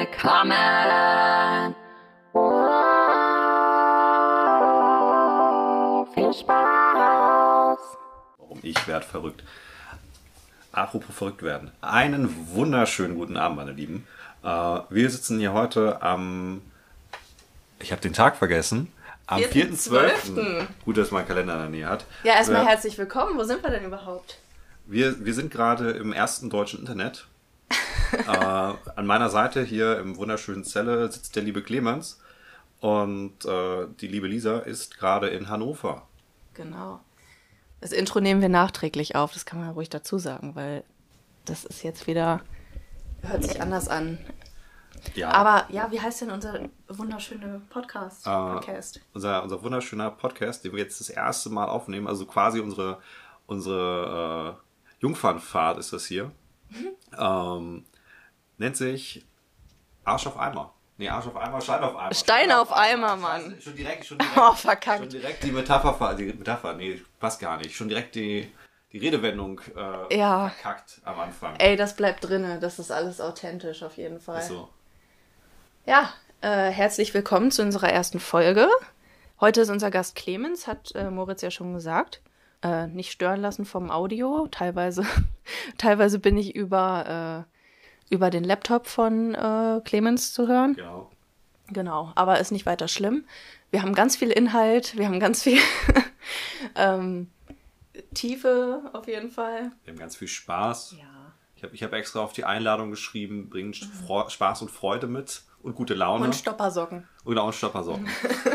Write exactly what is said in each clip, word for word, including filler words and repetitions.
willkommen. Oh, viel Spaß. Warum ich werd verrückt. Apropos verrückt werden. Einen wunderschönen guten Abend, meine Lieben. Äh, wir sitzen hier heute am... Ich habe den Tag vergessen. Am vierten zwölften Gut, dass mein Kalender in der Nähe hat. Ja, erstmal wir, herzlich willkommen. Wo sind wir denn überhaupt? Wir, wir sind gerade im ersten deutschen Internet. äh, an meiner Seite hier im wunderschönen Celle sitzt der liebe Clemens. Und äh, die liebe Lisa ist gerade in Hannover. Genau. Das Intro nehmen wir nachträglich auf. Das kann man ruhig dazu sagen, weil das ist jetzt wieder... Hört sich anders an. Ja. Aber ja, wie heißt denn unser wunderschöner Podcast? Äh, Podcast? Unser, unser wunderschöner Podcast, den wir jetzt das erste Mal aufnehmen, also quasi unsere, unsere äh, Jungfernfahrt ist das hier, mhm. ähm, nennt sich Arsch auf Eimer. Nee, Arsch auf Eimer, Stein auf Eimer. Stein, Stein auf, auf Eimer, Eimer, Mann. Scheiße, schon direkt, schon direkt, oh, verkackt. Schon direkt die Metapher, die Metapher, nee, passt gar nicht. Schon direkt die, die Redewendung äh, ja. verkackt am Anfang. Ey, das bleibt drinne, das ist alles authentisch auf jeden Fall. Ist so. Ja, äh, herzlich willkommen zu unserer ersten Folge. Heute ist unser Gast Clemens, hat äh, Moritz ja schon gesagt. Äh, nicht stören lassen vom Audio. Teilweise, teilweise bin ich über, äh, über den Laptop von äh, Clemens zu hören. Genau. Genau, aber ist nicht weiter schlimm. Wir haben ganz viel Inhalt, wir haben ganz viel ähm, Tiefe auf jeden Fall. Wir haben ganz viel Spaß. Ja. Ich habe ich hab extra auf die Einladung geschrieben, bringen Fre- Spaß und Freude mit und gute Laune. Und Stoppersocken. Oder auch Stoppersocken.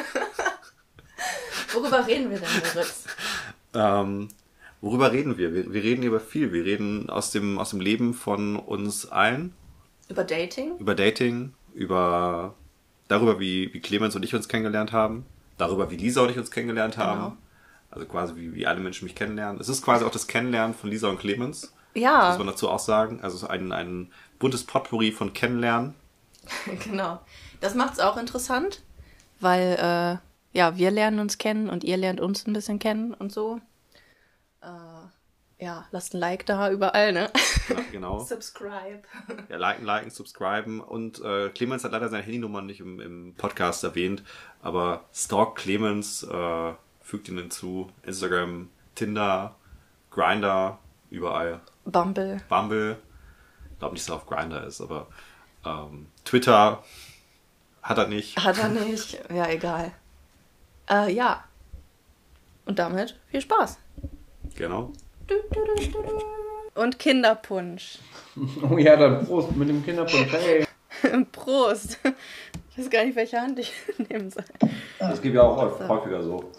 Worüber reden wir denn, Moritz? ähm, worüber reden wir? wir? Wir reden über viel. Wir reden aus dem, aus dem Leben von uns allen. Über Dating? Über Dating, über darüber, wie, wie Clemens und ich uns kennengelernt haben. Darüber, wie Lisa und ich uns kennengelernt haben. Genau. Also quasi, wie, wie alle Menschen mich kennenlernen. Es ist quasi auch das Kennenlernen von Lisa und Clemens. Ja. Das muss man dazu auch sagen. Also ein, ein buntes Potpourri von Kennenlernen. Genau. Das macht es auch interessant, weil äh, ja, wir lernen uns kennen und ihr lernt uns ein bisschen kennen und so. Äh, ja, lasst ein Like da überall, ne? Ja, genau. Subscribe. Ja, liken, liken, subscriben. Und äh, Clemens hat leider seine Handynummer nicht im, im Podcast erwähnt, aber stalk Clemens, äh, fügt ihn hinzu. Instagram, Tinder, Grindr, überall. Bumble. Bumble. Ich glaube nicht, dass er auf Grindr ist, aber ähm, Twitter hat er nicht. Hat er nicht. Ja, egal. Äh, ja. Und damit viel Spaß. Genau. Du, du, du, du, du. Und Kinderpunsch. Oh ja, dann Prost mit dem Kinderpunsch. Hey. Prost. Ich weiß gar nicht, welche Hand ich nehmen soll. Das geht ja auch so. Häufiger so.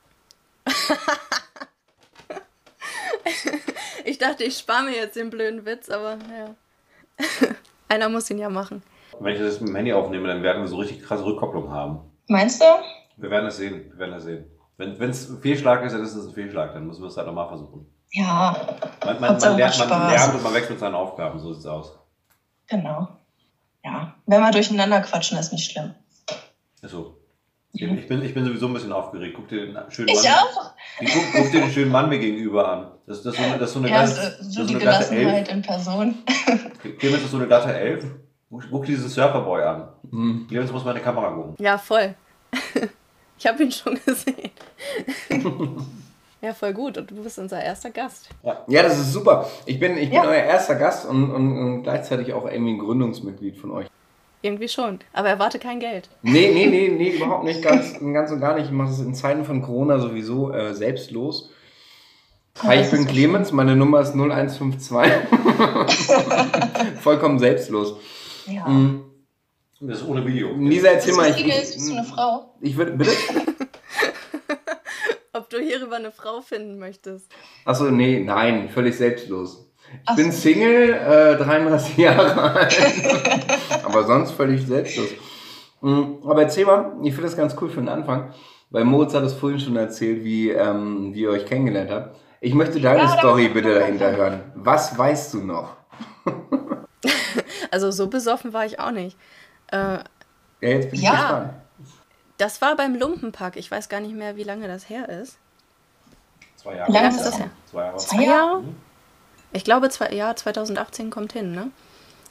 Ich dachte, ich spare mir jetzt den blöden Witz, aber naja. Einer muss ihn ja machen. Wenn ich das mit dem Handy aufnehme, dann werden wir so richtig krasse Rückkopplung haben. Meinst du? Wir werden es sehen. Wir werden es sehen. Wenn es ein Fehlschlag ist, dann ist es ein Fehlschlag. Dann müssen wir es halt nochmal versuchen. Ja. Man, man, man, lernt, man lernt und man wächst mit seinen Aufgaben. So sieht es aus. Genau. Ja. Wenn wir durcheinander quatschen, ist nicht schlimm. Ist so. Ich bin, ich bin sowieso ein bisschen aufgeregt. Guck dir den schönen ich Mann. auch. Ich guck, guck dir den schönen Mann mir gegenüber an. Das, das, ist, so, das ist so eine ja, ganz, so, das so ist die so eine glatte Gelassenheit Elf. in Person. Clemens ist so eine glatte Elf. Guck, guck diesen Surferboy an. Mhm. Clemens muss meine Kamera gucken. Ja, voll. Ich habe ihn schon gesehen. Ja, voll gut. Und du bist unser erster Gast. Ja, ja, das ist super. Ich bin, ich bin ja. euer erster Gast und, und, und gleichzeitig auch irgendwie ein Gründungsmitglied von euch. Irgendwie schon. Aber erwarte kein Geld. Nee, nee, nee, nee, überhaupt nicht. Ganz, ganz und gar nicht. Ich mache es in Zeiten von Corona sowieso äh, selbstlos. Ja, Hi, ich bin Clemens. Meine Nummer ist null eins fünf zwei. Vollkommen selbstlos. Ja. Mhm. Das ist ohne Video. Lisa, erzähl mal. Ich, ich, bist du eine Frau? Ich würde, bitte? Ob du hierüber eine Frau finden möchtest. Achso, nee, nein, völlig selbstlos. Ich Ach bin so. Single, äh, dreiunddreißig Jahre alt, aber sonst völlig selbstlos. Aber erzähl mal, ich finde das ganz cool für den Anfang, weil Moritz hat es vorhin schon erzählt, wie, ähm, wie ihr euch kennengelernt habt. Ich möchte deine Ja, Story bitte dahinter hören. Was weißt du noch? Also so besoffen war ich auch nicht. Äh, ja, jetzt bin ich Ja. gespannt. das war beim Lumpenpack. Ich weiß gar nicht mehr, wie lange das her ist. Zwei Jahre. Wie lange ist das her? Zwei Jahre. Zwei Jahre? Ich glaube, zwei, ja, zwanzig achtzehn kommt hin, ne?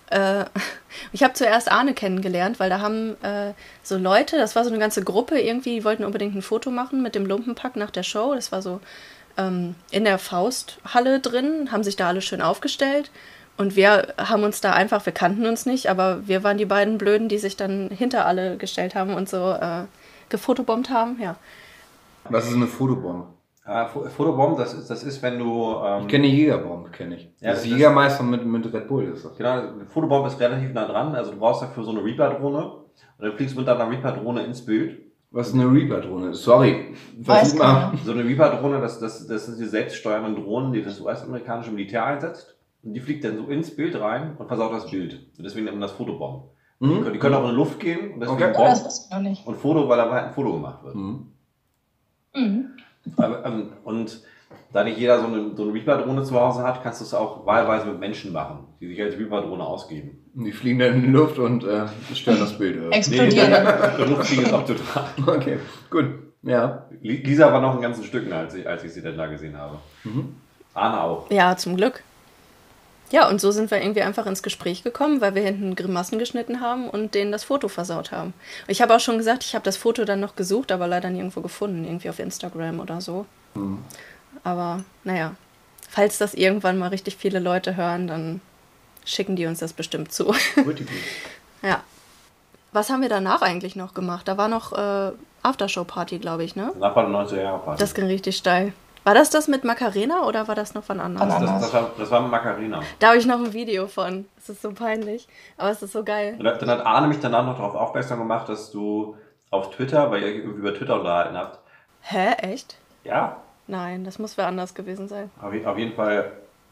Äh, ich habe zuerst Arne kennengelernt, weil da haben äh, so Leute, das war so eine ganze Gruppe, irgendwie die wollten unbedingt ein Foto machen mit dem Lumpenpack nach der Show. Das war so ähm, in der Fausthalle drin, haben sich da alle schön aufgestellt. Und wir haben uns da einfach, wir kannten uns nicht, aber wir waren die beiden Blöden, die sich dann hinter alle gestellt haben und so äh, gefotobombt haben, ja. Was ist eine Fotobomb? Ja, Fotobomb, das ist, das ist, wenn du... Ähm, ich kenne Jägerbomb, kenne ich. Ja, das das ist Jägermeister mit, mit Red Bull, ist das. Genau, eine Fotobomb ist relativ nah dran, also du brauchst dafür so eine Reaper-Drohne und dann fliegst du mit deiner Reaper-Drohne ins Bild. Was ist eine Reaper-Drohne? Sorry. Weiß mal. So eine Reaper-Drohne, das, das, das sind die selbststeuernden Drohnen, die das U S-amerikanische Militär einsetzt. Und die fliegt dann so ins Bild rein und versaut das Bild. Und deswegen nennt man das Fotobomb. Mhm. Die können auch in die Luft gehen und deswegen okay. Bomb. Oh, das wusste ich noch nicht. Und Foto, weil da halt ein Foto gemacht wird. Mhm. Mhm. Und da nicht jeder so eine, so eine Reaper-Drohne zu Hause hat, kannst du es auch wahlweise mit Menschen machen, die sich als Reaper-Drohne ausgeben. Die fliegen dann in die Luft und äh, stören das Bild. Oder? Explodieren. Nee, die Luft fliegen ist auch total. Okay, gut. Ja. Lisa war noch ein ganzes Stück, als ich, als ich sie dann da gesehen habe. Mhm. Arne auch. Ja, zum Glück. Ja, und so sind wir irgendwie einfach ins Gespräch gekommen, weil wir hinten Grimassen geschnitten haben und denen das Foto versaut haben. Ich habe auch schon gesagt, ich habe das Foto dann noch gesucht, aber leider nirgendwo gefunden, irgendwie auf Instagram oder so. Mhm. Aber naja, falls das irgendwann mal richtig viele Leute hören, dann schicken die uns das bestimmt zu. Gut, gut. Ja. Was haben wir danach eigentlich noch gemacht? Da war noch äh, Aftershow-Party, glaube ich, ne? Danach war eine neunziger-Jahre-Party. Das ging richtig steil. War das das mit Macarena oder war das noch von anderes? Das, das, das, war, das war mit Macarena. Da habe ich noch ein Video von. Es ist so peinlich, aber es ist so geil. Und dann hat Arne mich danach noch darauf aufmerksam gemacht, dass du auf Twitter, weil ihr irgendwie über Twitter unterhalten habt. Hä, echt? Ja. Nein, das muss wer anders gewesen sein. Auf, auf jeden Fall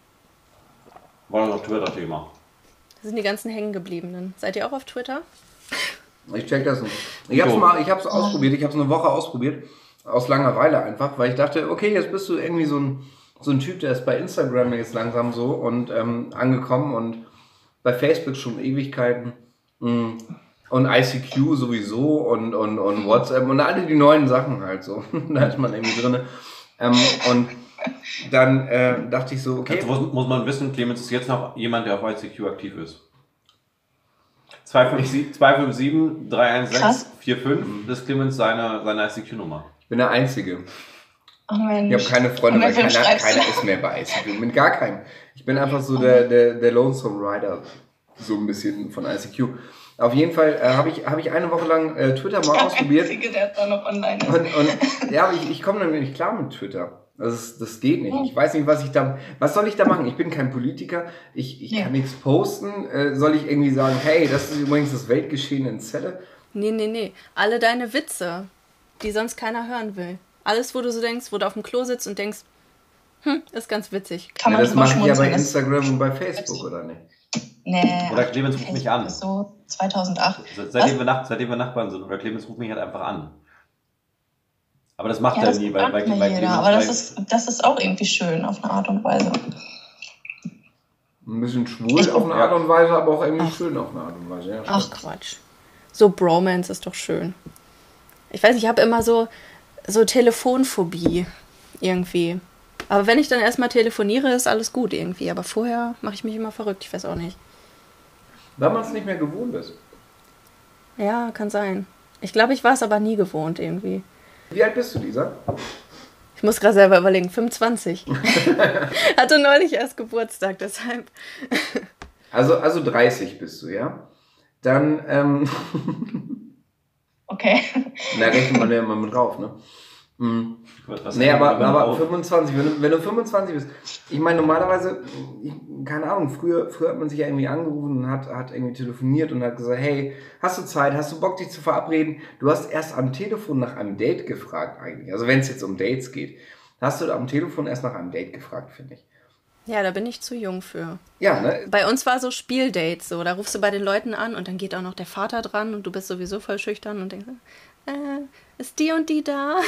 war das noch Twitter-Thema. Das sind die ganzen Hängengebliebenen. Seid ihr auch auf Twitter? Ich check das nicht. Ich hab's So. mal, ich hab's ausprobiert, ich hab's eine Woche ausprobiert. Aus Langeweile einfach, weil ich dachte, okay, jetzt bist du irgendwie so ein, so ein Typ, der ist bei Instagram jetzt langsam so und ähm, angekommen und bei Facebook schon Ewigkeiten mh, und I C Q sowieso und, und, und WhatsApp und alle die neuen Sachen halt so. Da ist man irgendwie drin. Ähm, und dann äh, dachte ich so, okay. Jetzt muss, muss man wissen, Clemens ist jetzt noch jemand, der auf I C Q aktiv ist. zwei fünf sieben, drei eins sechs, vier fünf, das ist Clemens seine, seine I C Q-Nummer. Ich bin der Einzige. Oh Mensch. Ich habe keine Freunde, Und weil mit wem keiner, schreibst du? keiner ist mehr bei I C Q. Mit gar keinem. Ich bin einfach so der, der, der Lonesome Rider. So ein bisschen von I C Q. Auf jeden Fall äh, habe ich, hab ich eine Woche lang äh, Twitter mal Der ausprobiert. Einzige, der da noch online ist. Und, und ja, aber ich, ich komme damit nicht klar mit Twitter. Das, ist, das geht nicht. Ich weiß nicht, was ich da. Was soll ich da machen? Ich bin kein Politiker. Ich, ich Ja. kann nichts posten. Äh, soll ich irgendwie sagen, hey, das ist übrigens das Weltgeschehen in Celle? Nee, nee, nee. Alle deine Witze, die sonst keiner hören will. Alles, wo du so denkst, wo du auf dem Klo sitzt und denkst, hm, ist ganz witzig. Kann Ja, man das drüber mache ich ja bei schmunzeln, das- Instagram und bei Facebook, oder nicht? Nee. Oder Clemens ruft mich an. Das ist so zweitausendacht. Se- Seitdem wir, nach, seitem wir Nachbarn sind. Oder Clemens ruft mich halt einfach an. Aber das macht Ja, er das nie, weil, macht weil, mir weil jeder. Clemens Aber das weil- ist, das ist auch irgendwie schön auf eine Art und Weise. Ein bisschen schwul Ich- auf eine Art und Weise, aber auch irgendwie schön auf eine Art und Weise. Ja. Ach Quatsch. So Bromance ist doch schön. Ich weiß nicht, ich habe immer so, so Telefonphobie irgendwie. Aber wenn ich dann erstmal telefoniere, ist alles gut irgendwie. Aber vorher mache ich mich immer verrückt, ich weiß auch nicht. Weil man es nicht mehr gewohnt ist. Ja, kann sein. Ich glaube, ich war es aber nie gewohnt irgendwie. Wie alt bist du, Lisa? Ich muss gerade selber überlegen, fünfundzwanzig. Hatte neulich erst Geburtstag, deshalb. Also, also dreißig bist du, ja? Dann, ähm, Okay. da rechnet man ja immer mit drauf, ne? Mhm. Was Nee, aber, aber, aber fünfundzwanzig, wenn du, wenn du fünfundzwanzig bist, ich meine, normalerweise, ich, keine Ahnung, früher, früher hat man sich ja irgendwie angerufen und hat, hat irgendwie telefoniert und hat gesagt, hey, hast du Zeit, hast du Bock, dich zu verabreden? Du hast erst am Telefon nach einem Date gefragt eigentlich, also wenn es jetzt um Dates geht, hast du am Telefon erst nach einem Date gefragt, finde ich. Ja, da bin ich zu jung für. Ja, ne? Bei uns war so Spieldates so. Da rufst du bei den Leuten an und dann geht auch noch der Vater dran und du bist sowieso voll schüchtern und denkst, äh, ist die und die da?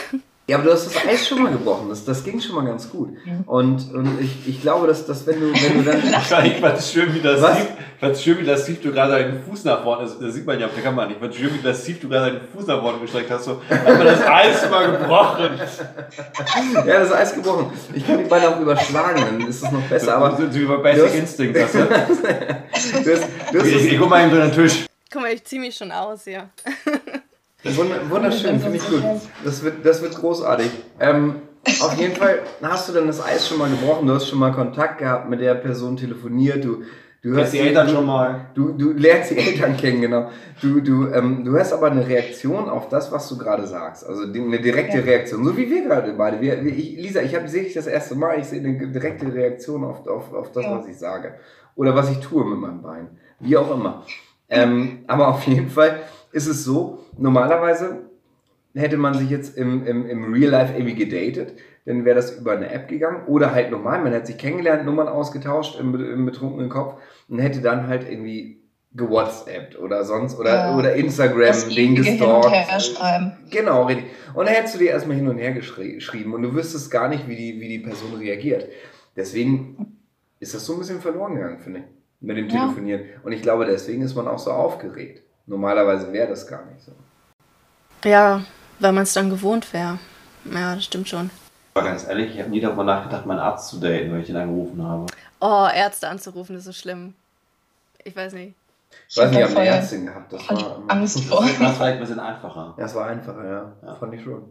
Ja, aber du hast das Eis schon mal gebrochen. Das, das ging schon mal ganz gut. Und, und ich, ich glaube, dass, dass wenn du, wenn du dann... Ich fand es schön, wie das Was? Steve, ich fand es schön, wie das Steve du gerade deinen Fuß nach vorne, das, das sieht man ja auf der Kamera nicht, ich fand es schön, wie das Steve du gerade deinen Fuß nach vorne gestreckt hast, so, hat man das Eis mal gebrochen. Ja, das Eis gebrochen. Ich kann die Beine auch überschlagen, dann ist es noch besser. Aber so, so wie bei Basic Instinct, weißt du? du hast, du hast Ich, ich guck mal hinter den Tisch. Guck mal, ich zieh mich schon aus, ja. Wund- Wunderschön, finde ich gut. Das wird, das wird großartig. Ähm, auf jeden Fall hast du dann das Eis schon mal gebrochen, du hast schon mal Kontakt gehabt mit der Person, telefoniert, du, du hörst die Eltern schon mal. Du, du lernst die Eltern kennen, genau. Du, du, ähm, du hast aber eine Reaktion auf das, was du gerade sagst. Also die, eine direkte Ja. Reaktion, so wie wir gerade beide. Wir, wir, ich, Lisa, ich sehe dich das erste Mal, ich sehe eine direkte Reaktion auf, auf, auf das, Ja. was ich sage. Oder was ich tue mit meinem Bein. Wie auch immer. Ähm, aber auf jeden Fall ist es so, normalerweise hätte man sich jetzt im, im, im Real Life irgendwie gedatet, dann wäre das über eine App gegangen oder halt normal, man hätte sich kennengelernt, Nummern ausgetauscht im, im betrunkenen Kopf und hätte dann halt irgendwie gewhatsappt oder sonst oder, Ja. oder Instagram, Das den ewige Hin und gestalkt. Her schreiben. Genau, richtig. Und dann hättest du dir erstmal hin und her geschri- geschrieben und du wüsstest gar nicht, wie die, wie die Person reagiert. Deswegen ist das so ein bisschen verloren gegangen, finde ich, mit dem Ja. Telefonieren. Und ich glaube, deswegen ist man auch so aufgeregt. Normalerweise wäre das gar nicht so. Ja, weil man es dann gewohnt wäre. Ja, das stimmt schon. Aber ganz ehrlich, ich habe nie darüber nachgedacht, meinen Arzt zu daten, wenn ich ihn angerufen habe. Oh, Ärzte anzurufen, ist so schlimm. Ich weiß nicht. Ich weiß nicht, ich habe voll- eine Ärztin gehabt. Das voll war, Angst vor. Das war vielleicht ein bisschen einfacher. Ja, es war einfacher, ja. Ja. Fand ich schon.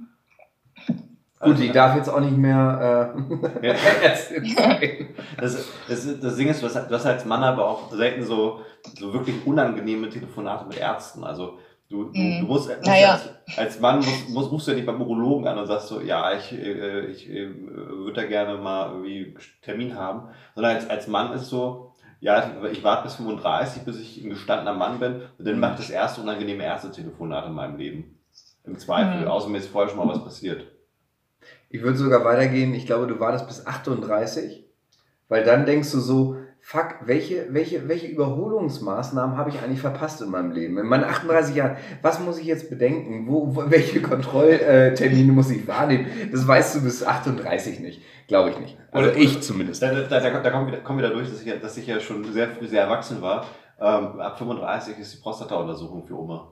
Also, Gut, ich darf jetzt auch nicht mehr äh, Ja. Ärztin sein. Das, das, das Ding ist, du hast, du hast als Mann aber auch selten so, so wirklich unangenehme Telefonate mit Ärzten. Also du, du, Mhm. du musst, musst Naja. als, als Mann musst, musst, rufst du ja nicht beim Urologen an und sagst so, ja, ich, äh, ich äh, würde da gerne mal irgendwie einen Termin haben. Sondern als, als Mann ist so, ja, ich, ich warte bis fünfunddreißig, bis ich ein gestandener Mann bin und dann mache ich das erste unangenehme Ärztetelefonat in meinem Leben. Im Zweifel, Mhm. außer mir ist vorher schon mal was passiert. Ich würde sogar weitergehen. Ich glaube, du wartest bis achtunddreißig, weil dann denkst du so, fuck, welche, welche, welche Überholungsmaßnahmen habe ich eigentlich verpasst in meinem Leben? In meinen achtunddreißig Jahren, was muss ich jetzt bedenken? Wo, wo, welche Kontrolltermine muss ich wahrnehmen? Das weißt du bis achtunddreißig nicht. Glaube ich nicht. Also Oder- ich zumindest. Da, da, da, da kommt wieder, kommt wieder durch, dass ich, ja- dass ich ja schon sehr früh sehr erwachsen war. Ähm, ab fünfunddreißig ist die Prostata-Untersuchung für Oma.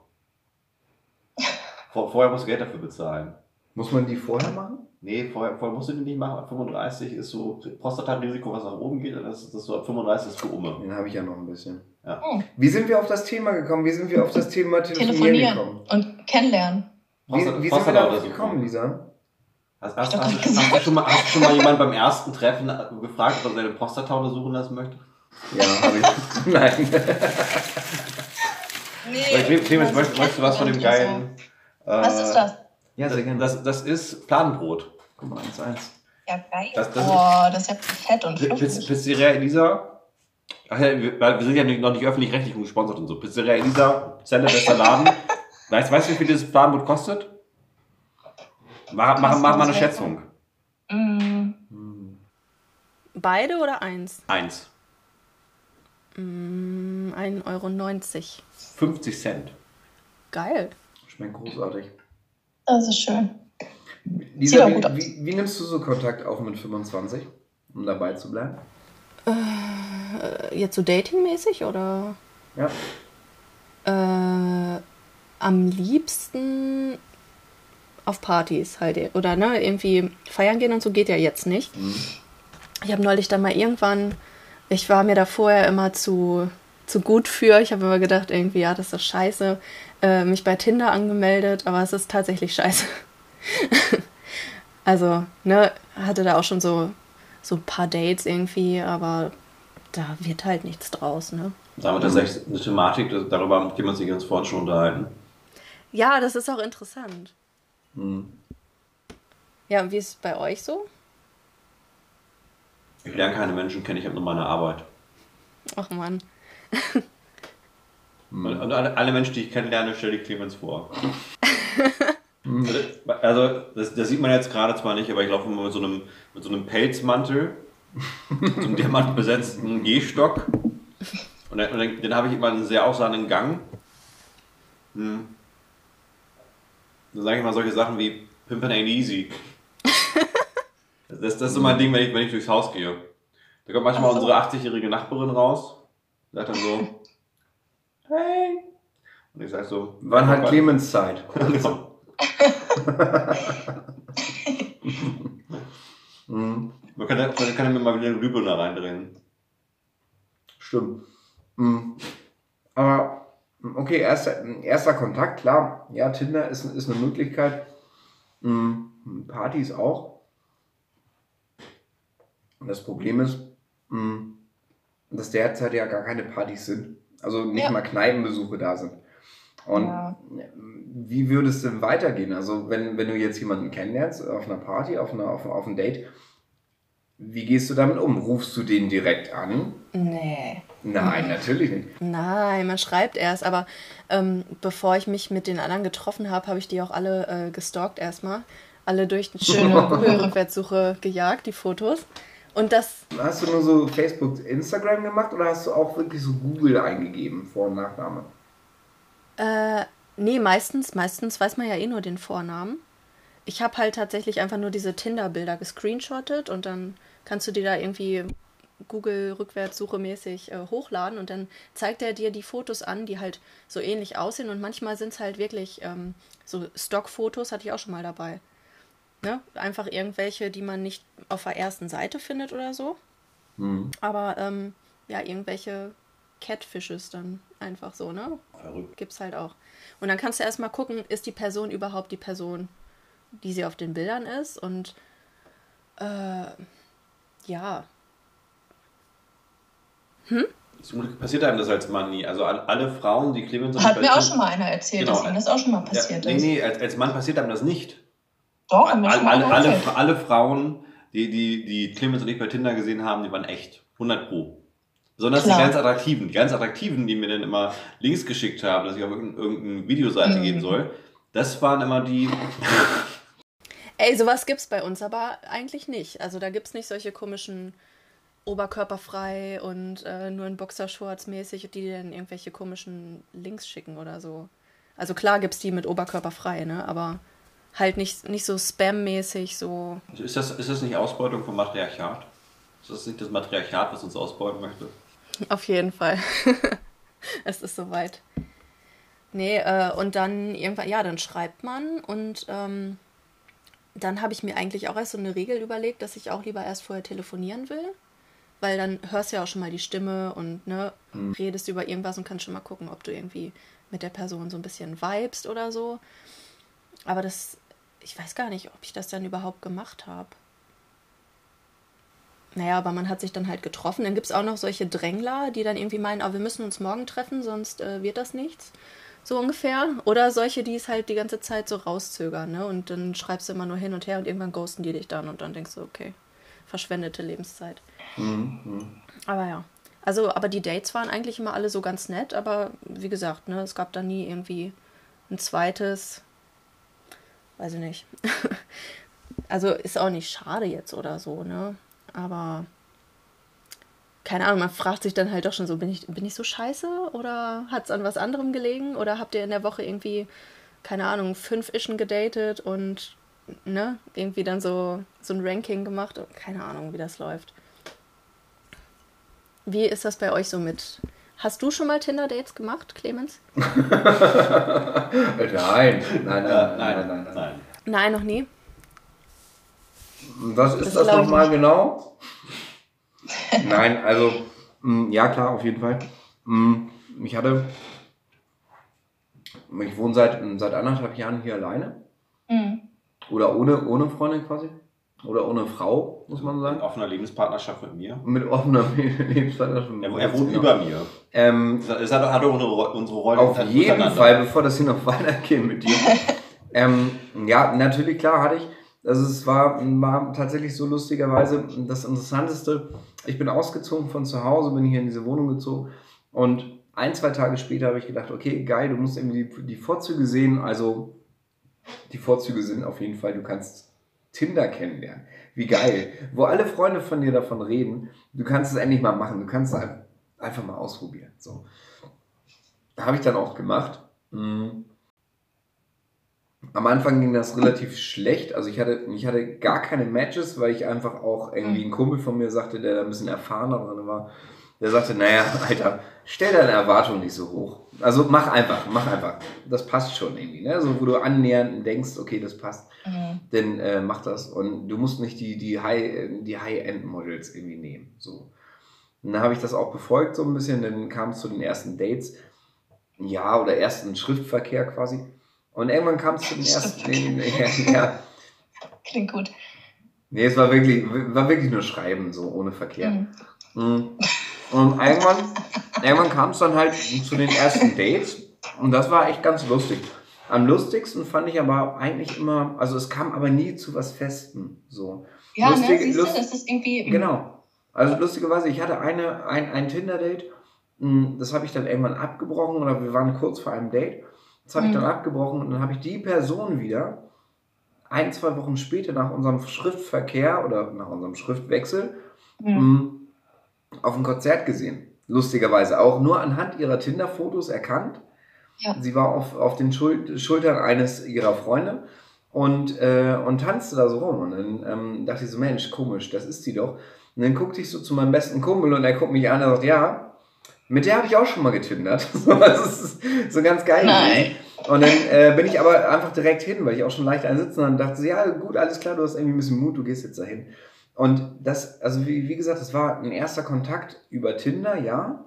Vor, vorher musst du Geld dafür bezahlen. Muss man die vorher machen? Nee, vorher, vorher musst du die nicht machen. Ab fünfunddreißig ist so Prostata-Risiko, was nach oben geht. Und das, das ist so ab fünfunddreißig ist für Oma. Den habe ich ja noch ein bisschen. Ja. Hm. Wie sind wir auf das Thema gekommen? Wie sind wir auf das Thema Telefonieren Telefonieren gekommen? und kennenlernen. Wie, wie sind wir darauf Prostata-Untersuchung. gekommen, Lisa? Hast, hast, Ich hab hast, grad du, hast, du gesagt. schon mal, hast du schon mal jemanden beim ersten Treffen gefragt, ob er seine Prostata untersuchen lassen möchte? Ja, habe ich. Nein. Nee, Weil, Clemens, man möchtest, möchtest du was von dem kennt man geilen... nicht so. Was ist das? Ja, sehr gerne. Das, das ist Fladenbrot. Guck mal, eins, eins. Ja, geil. Das- das- Boah, das ist ja fett und P- Piz- fluffig. Pizzeria Elisa. Ach ja, wir, weil wir sind ja nicht, noch nicht öffentlich-rechtlich gesponsert und so. Pizzeria Elisa, Zelle, bester Laden. Weißt, weißt du, wie viel dieses Fladenbrot kostet? Mach, mach, mach mal eine Schätzung. Mm, Beide oder eins? Eins. Mm, ein Euro neunzig. fünfzig Cent. Geil. Schmeckt großartig. das ist schön. Lisa, auch wie, gut aus. wie, wie nimmst du so Kontakt auf mit fünfundzwanzig, um dabei zu bleiben? Äh, Jetzt so datingmäßig oder? Ja. Äh, am liebsten auf Partys halt. Oder ne, irgendwie feiern gehen und so geht ja jetzt nicht. Ich habe neulich dann mal irgendwann, ich war mir da vorher immer zu, zu gut für. Ich habe immer gedacht, irgendwie, ja, das ist scheiße. Äh, mich bei Tinder angemeldet, aber es ist tatsächlich scheiße. Also, ne, hatte da auch schon so, so ein paar Dates irgendwie, aber da wird halt nichts draus, ne? Damit ist echt eine Thematik, darüber haben wir uns ganz vorhin schon unterhalten. Ja, das ist auch interessant. Mhm. Ja, und wie ist es bei euch so? Ich lerne keine Menschen kennen, ich habe nur meine Arbeit. Ach Mann. Und und alle, alle Menschen, die ich kennenlerne, stelle ich Clemens vor. Also, das, das sieht man jetzt gerade zwar nicht, aber ich laufe immer mit so einem, mit so einem Pelzmantel, so einem diamantbesetzten Gehstock. Und dann, und dann, dann habe ich immer einen sehr aussahenden Gang. Hm. Dann sage ich mal solche Sachen wie, Pimpin' ain't easy. Das, das ist so mein Ding, wenn ich, wenn ich durchs Haus gehe. Da kommt manchmal so. unsere achtzigjährige Nachbarin raus, sagt dann so, hey. Und ich sag so, wann hat Clemens Zeit? mhm. Man kann, man kann mir mal wieder eine Glühbirne da reindrehen. Stimmt. Mhm. Aber, okay, erster, erster Kontakt, klar. Ja, Tinder ist, ist eine Möglichkeit. Mhm. Partys auch. Und das Problem ist, mh, dass derzeit ja gar keine Partys sind. Also nicht ja. mal Kneipenbesuche da sind. Und ja. wie würde es denn weitergehen? Also wenn, wenn du jetzt jemanden kennenlernst auf einer Party, auf, einer, auf, auf einem Date, wie gehst du damit um? Rufst du den direkt an? Nee. Nein, mhm. natürlich nicht. Nein, man schreibt erst. Aber ähm, bevor ich mich mit den anderen getroffen habe, habe ich die auch alle äh, gestalkt erstmal. Alle durch eine schöne Google-Rückwärtssuche gejagt, die Fotos. Und das... Hast du nur so Facebook, Instagram gemacht oder hast du auch wirklich so Google eingegeben, Vor- und Nachname? Äh, nee, meistens, meistens weiß man ja eh nur den Vornamen. Ich habe halt tatsächlich einfach nur diese Tinder-Bilder gescreenshottet und dann kannst du die da irgendwie Google-Rückwärtssuche mäßig äh, hochladen und dann zeigt er dir die Fotos an, die halt so ähnlich aussehen und manchmal sind es halt wirklich ähm, so Stockfotos, hatte ich auch schon mal dabei. Ne? Einfach irgendwelche, die man nicht auf der ersten Seite findet oder so. Mhm. Aber ähm, ja, irgendwelche Catfishes dann einfach so, ne? Verrückt. Gibt's halt auch. Und dann kannst du erstmal gucken, ist die Person überhaupt die Person, die sie auf den Bildern ist und äh, ja. Hm? Zum Glück passiert einem das als Mann nie. Also alle Frauen, die Clemens... Hat mir auch schon mal einer erzählt, genau, dass ihm das auch schon mal passiert ja, ist. Nee, nee, als, als Mann passiert einem das nicht. Doch, alle, alle, alle, alle Frauen, die, die, die Clemens und ich bei Tinder gesehen haben, die waren echt. hundert Pro. Besonders Klar. die ganz attraktiven. Die ganz attraktiven, die mir dann immer Links geschickt haben, dass ich auf irgendeine Videoseite mhm. gehen soll. Das waren immer die... Ey, sowas gibt's bei uns aber eigentlich nicht. Also da gibt's nicht solche komischen oberkörperfrei und äh, nur in Boxershorts mäßig, die dir dann irgendwelche komischen Links schicken oder so. Also klar gibt's die mit oberkörperfrei, ne? Aber halt nicht, nicht so spam-mäßig, so... Ist das, ist das nicht Ausbeutung vom Matriarchat? Ist das nicht das Matriarchat, was uns ausbeuten möchte? Auf jeden Fall. Es ist soweit. Nee, äh, und dann irgendwann, ja, dann schreibt man und ähm, dann habe ich mir eigentlich auch erst so eine Regel überlegt, dass ich auch lieber erst vorher telefonieren will, weil dann hörst du ja auch schon mal die Stimme und ne, mhm. redest über irgendwas und kannst schon mal gucken, ob du irgendwie mit der Person so ein bisschen vibest oder so. Aber das, ich weiß gar nicht, ob ich das dann überhaupt gemacht habe. Naja, aber man hat sich dann halt getroffen. Dann gibt es auch noch solche Drängler, die dann irgendwie meinen, oh, wir müssen uns morgen treffen, sonst äh, wird das nichts. So ungefähr. Oder solche, die es halt die ganze Zeit so rauszögern, ne? Und dann schreibst du immer nur hin und her und irgendwann ghosten die dich dann und dann denkst du, okay, verschwendete Lebenszeit. Mhm. Aber ja. Also, aber die Dates waren eigentlich immer alle so ganz nett, aber wie gesagt, ne, es gab da nie irgendwie ein zweites, weiß ich nicht. Also ist auch nicht schade jetzt oder so, ne? Aber keine Ahnung, man fragt sich dann halt doch schon so, bin ich, bin ich so scheiße oder hat es an was anderem gelegen? Oder habt ihr in der Woche irgendwie, keine Ahnung, fünf Ischen gedatet und ne, irgendwie dann so, so ein Ranking gemacht? Keine Ahnung, wie das läuft. Wie ist das bei euch so mit... Hast du schon mal Tinder-Dates gemacht, Clemens? nein. Nein, nein, nein, nein, nein, nein. Nein, nein noch nie? Was ist das, das nochmal genau? Nein, also, mh, ja klar, auf jeden Fall. Mh, ich hatte, ich wohne seit, seit anderthalb Jahren hier alleine. Mhm. Oder ohne, ohne Freundin quasi. Oder ohne Frau, muss man sagen. Mit offener Lebenspartnerschaft mit mir. Mit offener Lebenspartnerschaft mit mir. Er, er wohnt genau. über mir. Ähm, es hat, hat unsere, unsere Rolle. Auf jeden Fall, bevor das hier noch weitergeht mit dir. ähm, ja, natürlich, klar, hatte ich. Also es war, war tatsächlich so lustigerweise das Interessanteste. Ich bin ausgezogen von zu Hause, bin hier in diese Wohnung gezogen und ein, zwei Tage später habe ich gedacht, okay, geil, du musst irgendwie die, die Vorzüge sehen. Also die Vorzüge sind auf jeden Fall, du kannst Tinder kennenlernen. Wie geil. Wo alle Freunde von dir davon reden, du kannst es endlich mal machen. Du kannst es einfach mal ausprobieren. So. Habe ich dann auch gemacht. Am Anfang ging das relativ schlecht. Also ich hatte, ich hatte gar keine Matches, weil ich einfach auch irgendwie ein Kumpel von mir sagte, der da ein bisschen erfahrener drin war. Der sagte, naja, Alter, stell deine Erwartungen nicht so hoch. Also mach einfach, mach einfach. Das passt schon irgendwie. Ne? So, wo du annähernd denkst, okay, das passt, Mhm. dann äh, mach das. Und du musst nicht die, die High, die High-End-Models irgendwie nehmen. So. Und dann habe ich das auch befolgt so ein bisschen. Dann kam es zu den ersten Dates. Ja, oder ersten Schriftverkehr quasi. Und irgendwann kam es zu den ersten. Ja, ja. Klingt gut. Nee, es war wirklich, war wirklich nur Schreiben, so ohne Verkehr. Mhm. Mhm. Und irgendwann, irgendwann kam es dann halt zu den ersten Dates. Und das war echt ganz lustig. Am lustigsten fand ich aber eigentlich immer, also es kam aber nie zu was Festem. So. Ja, Lustig- ne, siehst du, lust- das ist irgendwie... Genau. Also lustigerweise, ich hatte eine, ein, ein Tinder-Date, mh, das habe ich dann irgendwann abgebrochen oder wir waren kurz vor einem Date. Das habe ich Mhm. dann abgebrochen und dann habe ich die Person wieder ein, zwei Wochen später nach unserem Schriftverkehr oder nach unserem Schriftwechsel Mhm. mh, auf einem Konzert gesehen. Lustigerweise auch nur anhand ihrer Tinder-Fotos erkannt. Ja. Sie war auf, auf den Schul- Schultern eines ihrer Freunde und, äh, und tanzte da so rum. Und dann ähm, dachte ich so, Mensch, komisch, das ist sie doch. Und dann guckte ich so zu meinem besten Kumpel und er guckt mich an und sagt, ja, mit der habe ich auch schon mal getindert. So, das ist so ganz geil Nein. gewesen. Und dann äh, bin ich aber einfach direkt hin, weil ich auch schon leicht einsitzen hatte und dachte, so, ja gut, alles klar, du hast irgendwie ein bisschen Mut, du gehst jetzt dahin. Und das, also wie, wie gesagt, das war ein erster Kontakt über Tinder, ja,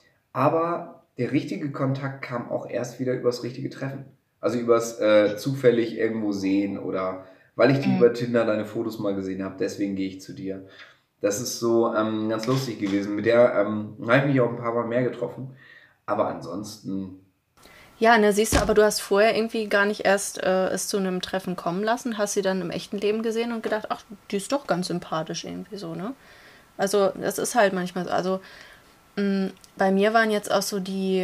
aber der richtige Kontakt kam auch erst wieder übers richtige Treffen. Also übers äh, zufällig irgendwo sehen oder weil ich die Mhm. über Tinder deine Fotos mal gesehen habe, deswegen gehe ich zu dir. Das ist so ähm, ganz lustig gewesen. Mit der ähm, habe ich mich auch ein paar Mal mehr getroffen. Aber ansonsten, Ja, ne, siehst du, aber du hast vorher irgendwie gar nicht erst äh, es zu einem Treffen kommen lassen, hast sie dann im echten Leben gesehen und gedacht, ach, die ist doch ganz sympathisch irgendwie so, ne? Also, das ist halt manchmal so. Also, mh, bei mir waren jetzt auch so die,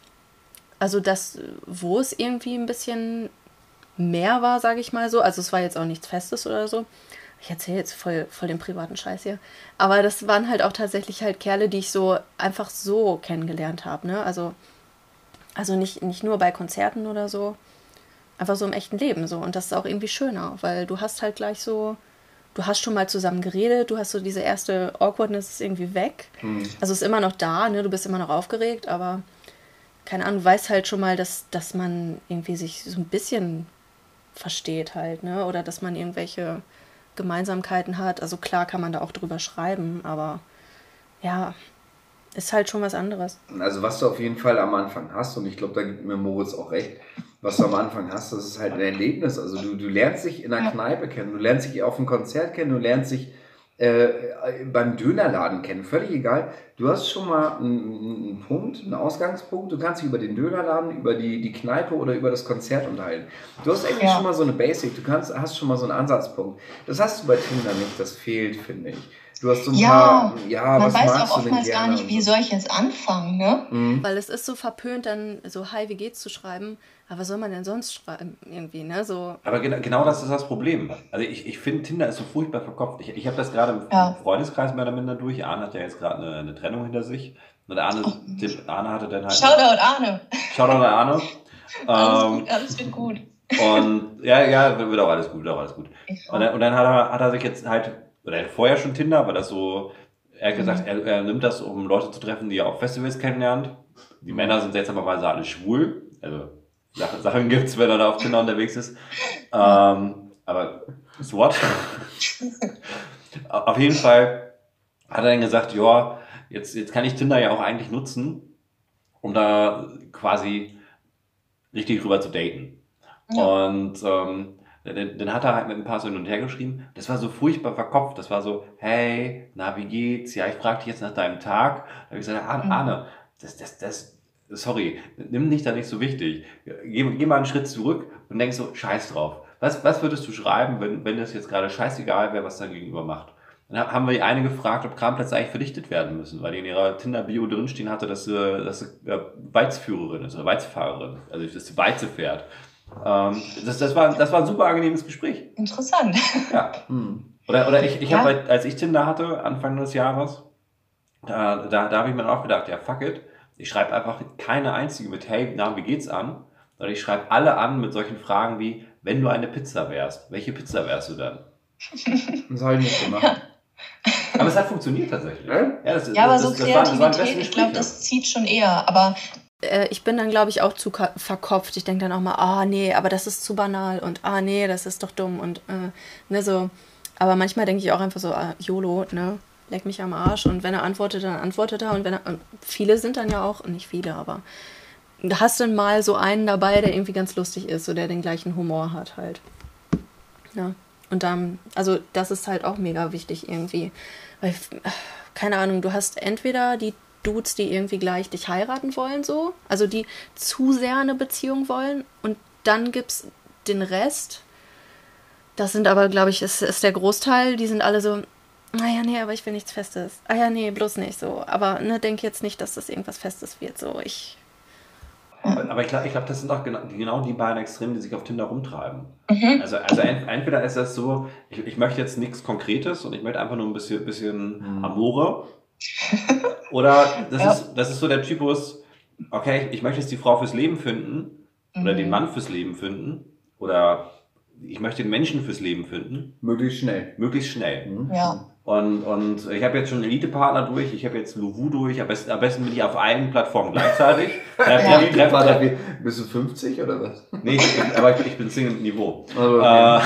also das, wo es irgendwie ein bisschen mehr war, sage ich mal so. Also, es war jetzt auch nichts Festes oder so. Ich erzähle jetzt voll, voll den privaten Scheiß hier. Aber das waren halt auch tatsächlich halt Kerle, die ich so einfach so kennengelernt habe, ne? Also, also nicht, nicht nur bei Konzerten oder so, einfach so im echten Leben so. Und das ist auch irgendwie schöner, weil du hast halt gleich so, du hast schon mal zusammen geredet, du hast so diese erste Awkwardness ist irgendwie weg. hm, Also ist immer noch da, ne? Du bist immer noch aufgeregt, aber keine Ahnung, du weißt halt schon mal, dass, dass man irgendwie sich so ein bisschen versteht halt, ne? Oder dass man irgendwelche Gemeinsamkeiten hat. Also klar kann man da auch drüber schreiben, aber ja, ist halt schon was anderes. also was du auf jeden Fall am Anfang hast, und ich glaube, da gibt mir Moritz auch recht, was du am Anfang hast, das ist halt ein Erlebnis. Also du, du lernst dich in der Ja. Kneipe kennen, du lernst dich auf einem Konzert kennen, du lernst dich äh, beim Dönerladen kennen, völlig egal. Du hast schon mal einen, einen Punkt, einen Ausgangspunkt, du kannst dich über den Dönerladen, über die, die Kneipe oder über das Konzert unterhalten. Du hast eigentlich Ja. schon mal so eine Basic, du kannst, hast schon mal so einen Ansatzpunkt. Das hast du bei Tinder nicht, das fehlt, finde ich. Du hast so ein Ja, paar, ja, Man was weiß magst auch du denn oftmals gar gerne nicht, und wie so. soll ich jetzt anfangen, ne? Mhm. Weil es ist so verpönt, dann so, hi, wie geht's zu schreiben. Aber was soll man denn sonst schreiben? Irgendwie, ne? So, Aber genau, genau das ist das Problem. Also ich, ich finde, Tinder ist so furchtbar verkopft. Ich, ich habe das gerade im Ja. Freundeskreis mehr oder minder durch. Arne hat ja jetzt gerade eine, eine Trennung hinter sich. Und Arne, dem, Arne hatte dann halt... Shoutout Arne. Shoutout an Arne. Alles Ähm, gut, alles wird gut. Und ja, ja, wird auch alles gut, wird auch alles gut. Ich Und dann, und dann hat, er, hat er sich jetzt halt, oder er hat vorher schon Tinder, aber das so, er hat gesagt, er, er nimmt das, um Leute zu treffen, die er auf Festivals kennenlernt. Die Männer sind seltsamerweise alle schwul. Also Sachen, Sachen gibt es, wenn er da auf Tinder unterwegs ist. Ähm, aber so what? Auf jeden Fall hat er dann gesagt, ja, jetzt, jetzt kann ich Tinder ja auch eigentlich nutzen, um da quasi richtig rüber zu daten. Ja. Und ähm, dann, dann hat er halt mit ein paar so hin und her geschrieben. Das war so furchtbar verkopft. Das war so, hey, na, wie geht's? Ja, ich frage dich jetzt nach deinem Tag. Da habe ich gesagt, Arne, Mhm. Arne, das, das, das, sorry, nimm dich da nicht so wichtig. Geh, geh mal einen Schritt zurück und denk so, scheiß drauf. Was, was würdest du schreiben, wenn, wenn das jetzt gerade scheißegal wäre, was dein Gegenüber macht? Dann haben wir die eine gefragt, ob Kranplätze eigentlich verdichtet werden müssen, weil die in ihrer Tinder-Bio drinstehen hatte, dass sie, dass sie äh, Weizführerin ist oder Weizfahrerin, also dass sie Weize fährt. Ähm, das, das, war, das war ein super angenehmes Gespräch. Interessant. Ja. Hm. Oder, oder ich, ich Ja. habe, als ich Tinder hatte, Anfang des Jahres, da, da, da habe ich mir auch gedacht, ja, fuck it. Ich schreibe einfach keine einzige mit, hey, na, wie geht's an? Sondern ich schreibe alle an mit solchen Fragen wie, wenn du eine Pizza wärst, welche Pizza wärst du dann? Das habe ich nicht gemacht. Aber es hat funktioniert tatsächlich. Ja? Ja, das, ja aber das, so das, das waren, das waren die Kreativität, besten ich glaube, Gespräche. das zieht schon eher. Aber Äh, ich bin dann, glaube ich, auch zu ka- verkopft. Ich denke dann auch mal, ah nee, aber das ist zu banal und ah nee, das ist doch dumm und äh, ne, so. Aber manchmal denke ich auch einfach so, ah, YOLO, ne, leck mich am Arsch und wenn er antwortet, dann antwortet er und wenn er, und viele sind dann ja auch, nicht viele, aber da hast du dann mal so einen dabei, der irgendwie ganz lustig ist, so der den gleichen Humor hat halt. Ja. Und dann, also das ist halt auch mega wichtig irgendwie, weil, keine Ahnung, du hast entweder die Dudes, die irgendwie gleich dich heiraten wollen, so, also die zu sehr eine Beziehung wollen und dann gibt's den Rest, das sind aber, glaube ich, ist, ist der Großteil, die sind alle so, naja, nee, aber ich will nichts Festes. Ah ja, nee, bloß nicht so. Aber ne, denk jetzt nicht, dass das irgendwas Festes wird, so, ich... Aber, aber ich glaube, ich glaub, das sind doch genau, genau die beiden Extremen, die sich auf Tinder rumtreiben. mhm. Also, also ent, entweder ist das so, ich, ich möchte jetzt nichts Konkretes und ich möchte einfach nur ein bisschen, bisschen Mhm. Amore. Oder das, Ja. ist, das ist so der Typus, okay, ich möchte jetzt die Frau fürs Leben finden oder Mhm. den Mann fürs Leben finden oder ich möchte den Menschen fürs Leben finden, Möglichst schnell. möglichst schnell. Mhm. Ja. Und, und ich habe jetzt schon Elite-Partner durch, ich habe jetzt Luvu durch, am besten, am besten bin ich auf allen Plattformen gleichzeitig. Treff, Ja. treff, treff, War da treff, wie- Bist du fünfzig oder was? nee, ich, aber ich, ich bin Single-Niveau. Also, Äh,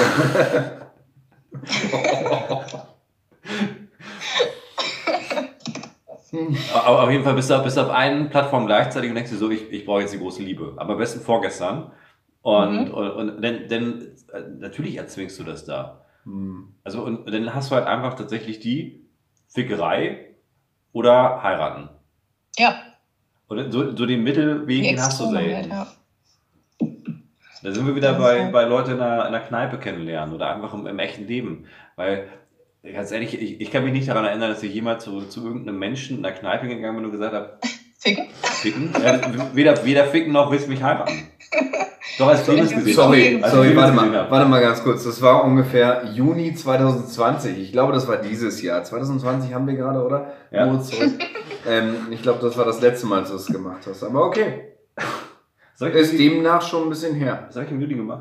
Aber auf jeden Fall bist du, bist du auf allen Plattformen gleichzeitig und denkst dir so, ich, ich brauche jetzt die große Liebe. Aber am besten vorgestern. Und, Mhm. und, und denn, denn äh, natürlich erzwingst du das da. Hm. Also und, und dann hast du halt einfach tatsächlich die Fickerei oder heiraten. Ja, Und so, so den Mittelweg, die den hast du Extreme selten. halt, ja. Da sind wir wieder Das ist bei, halt- bei Leuten in einer, in einer Kneipe kennenlernen oder einfach im, im echten Leben. Weil, ganz ehrlich, ich, ich kann mich nicht daran erinnern, dass ich jemals zu, zu irgendeinem Menschen in einer Kneipe gegangen bin und gesagt habe, Ficken. ficken? Ja, weder, weder ficken noch willst du mich heiraten. Doch als Clemens gesehen. Sorry, Als sorry, Clemens warte gesehen mal, habe. warte mal ganz kurz. Das war ungefähr Juni zwanzig zwanzig. Ich glaube, das war dieses Jahr. zwanzig zwanzig haben wir gerade, oder? Ja. Moritz, sorry. ähm, ich glaube, das war das letzte Mal, dass du es gemacht hast. Aber okay. Soll Ist ich, demnach schon ein bisschen her. was habe ich im Juli gemacht?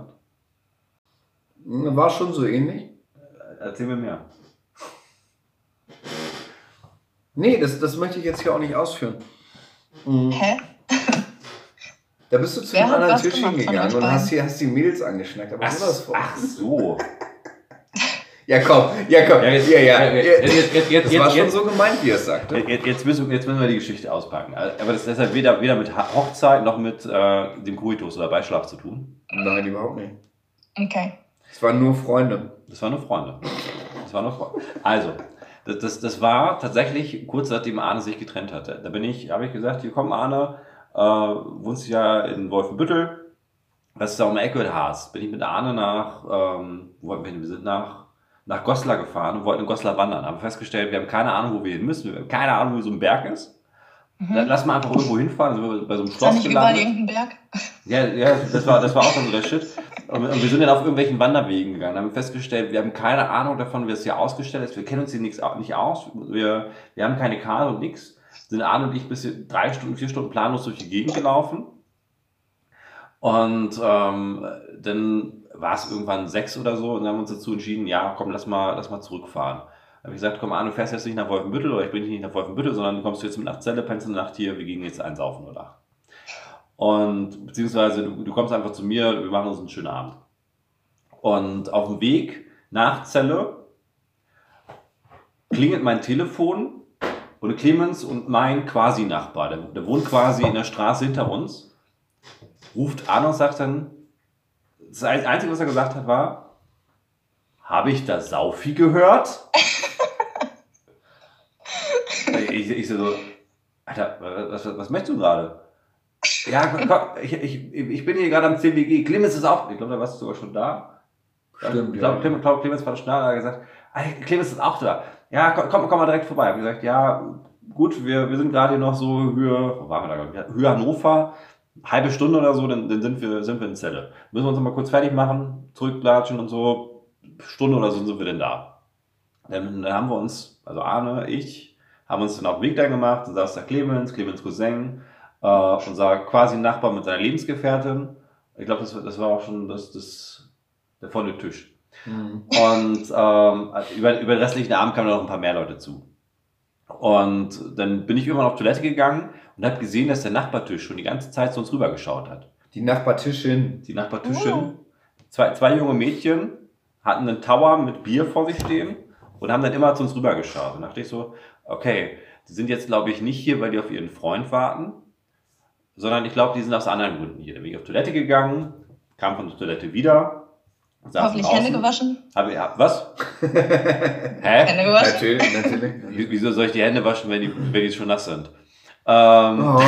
War schon so ähnlich? Erzähl mir mehr. Nee, das, das möchte ich jetzt hier auch nicht ausführen. Mhm. Hä? Da bist du zu Wer einem hat anderen was Tisch gemacht von hingegangen euch und hast beiden? die, hast die Mädels angeschnackt. Aber Ach, sowas von. ach so. Ja, komm, ja, komm. Ja, jetzt- ja, ja. ja, ja. jetzt- jetzt- jetzt- das war schon jetzt- so gemeint, wie er es sagte. Jetzt, jetzt, müssen, jetzt müssen wir die Geschichte auspacken. Aber das, das hat weder, weder mit Hochzeit noch mit äh, dem Coitus oder Beischlaf zu tun. Nein, überhaupt nicht. Okay. Es waren nur Freunde. Das waren nur Freunde. Das waren nur Freunde. Also, das, das, das war tatsächlich kurz nachdem Arne sich getrennt hatte. Da bin ich, habe ich gesagt, hier komm Arne, äh, wohnst ja in Wolfenbüttel, das ist da um die Ecke mit Haas. Bin ich mit Arne nach, ähm, wo wollten wir hin? Wir sind nach, nach Goslar gefahren und wollten in Goslar wandern. Haben festgestellt, wir haben keine Ahnung, wo wir hin müssen. Wir haben keine Ahnung, wo so ein Berg ist. Mhm. Lass mal einfach irgendwo hinfahren, sind wir bei so einem Ist da Schloss nicht überall gelandet. irgendein Berg? Ja, ja, das war, das war auch so der Shit. Und, und wir sind dann auf irgendwelchen Wanderwegen gegangen, haben festgestellt, wir haben keine Ahnung davon, wie es hier ausgestellt ist. Wir kennen uns hier nichts, nicht aus. Wir, wir haben keine Karte und nichts. Sind Arne und ich bis hier drei Stunden, vier Stunden planlos durch die Gegend gelaufen. Und ähm, dann war es irgendwann sechs oder so und dann haben wir uns dazu entschieden, ja, komm, lass mal, lass mal zurückfahren. Dann habe ich gesagt, komm Arne, du fährst jetzt nicht nach Wolfenbüttel oder ich bringe dich nicht nach Wolfenbüttel, sondern du kommst jetzt mit nach Celle, pennst eine Nacht hier, wir gehen jetzt einsaufen oder Nacht. Und beziehungsweise du, du kommst einfach zu mir, wir machen uns einen schönen Abend. Und auf dem Weg nach Celle klingelt mein Telefon und Clemens und mein Quasi-Nachbar, der, der wohnt quasi in der Straße hinter uns, ruft an und sagt dann, das Einzige, was er gesagt hat, war, habe ich da Saufi gehört? ich, ich so, Alter, was, was, was möchtest du gerade? Ja, komm, komm, ich, ich, ich bin hier gerade am C W G. Clemens ist auch. Ich glaube, da warst du sogar schon da. Stimmt, ich glaube, ja. Clemens, glaub, Clemens war schon da. Da hat er gesagt, "Ey, Clemens ist auch da. Ja, komm, komm, komm mal direkt vorbei. Ich habe gesagt, ja, gut, wir, wir sind gerade hier noch so Höhe, wo waren wir da? Höhe Hannover. Halbe Stunde oder so, dann, dann sind, wir, sind wir in Celle. Müssen wir uns noch mal kurz fertig machen, zurücklatschen und so. Stunde oder so sind wir denn da. Dann, dann haben wir uns, also Arne, ich, haben uns dann auf den Weg dann gemacht. Dann saß da Clemens, Clemens Cousin, äh, unser quasi Nachbar mit seiner Lebensgefährtin. Ich glaube, das, das war auch schon das, das der volle Tisch. Mhm. Und ähm, über, über den restlichen Abend kamen noch ein paar mehr Leute zu. Und dann bin ich irgendwann auf Toilette gegangen und habe gesehen, dass der Nachbartisch schon die ganze Zeit zu uns rübergeschaut hat. Die Nachbartischin. Die Nachbartischin, oh. zwei, zwei junge Mädchen hatten einen Tower mit Bier vor sich stehen und haben dann immer zu uns rübergeschaut. Und dachte ich so, okay, die sind jetzt, glaube ich, nicht hier, weil die auf ihren Freund warten, sondern ich glaube, die sind aus anderen Gründen hier. Dann bin ich auf Toilette gegangen, kam von der Toilette wieder. Hoffentlich Hände gewaschen. Hab ich, was? Hä? Hände gewaschen? Natürlich, natürlich. Wieso soll ich die Hände waschen, wenn die, wenn die schon nass sind? Ähm, oh.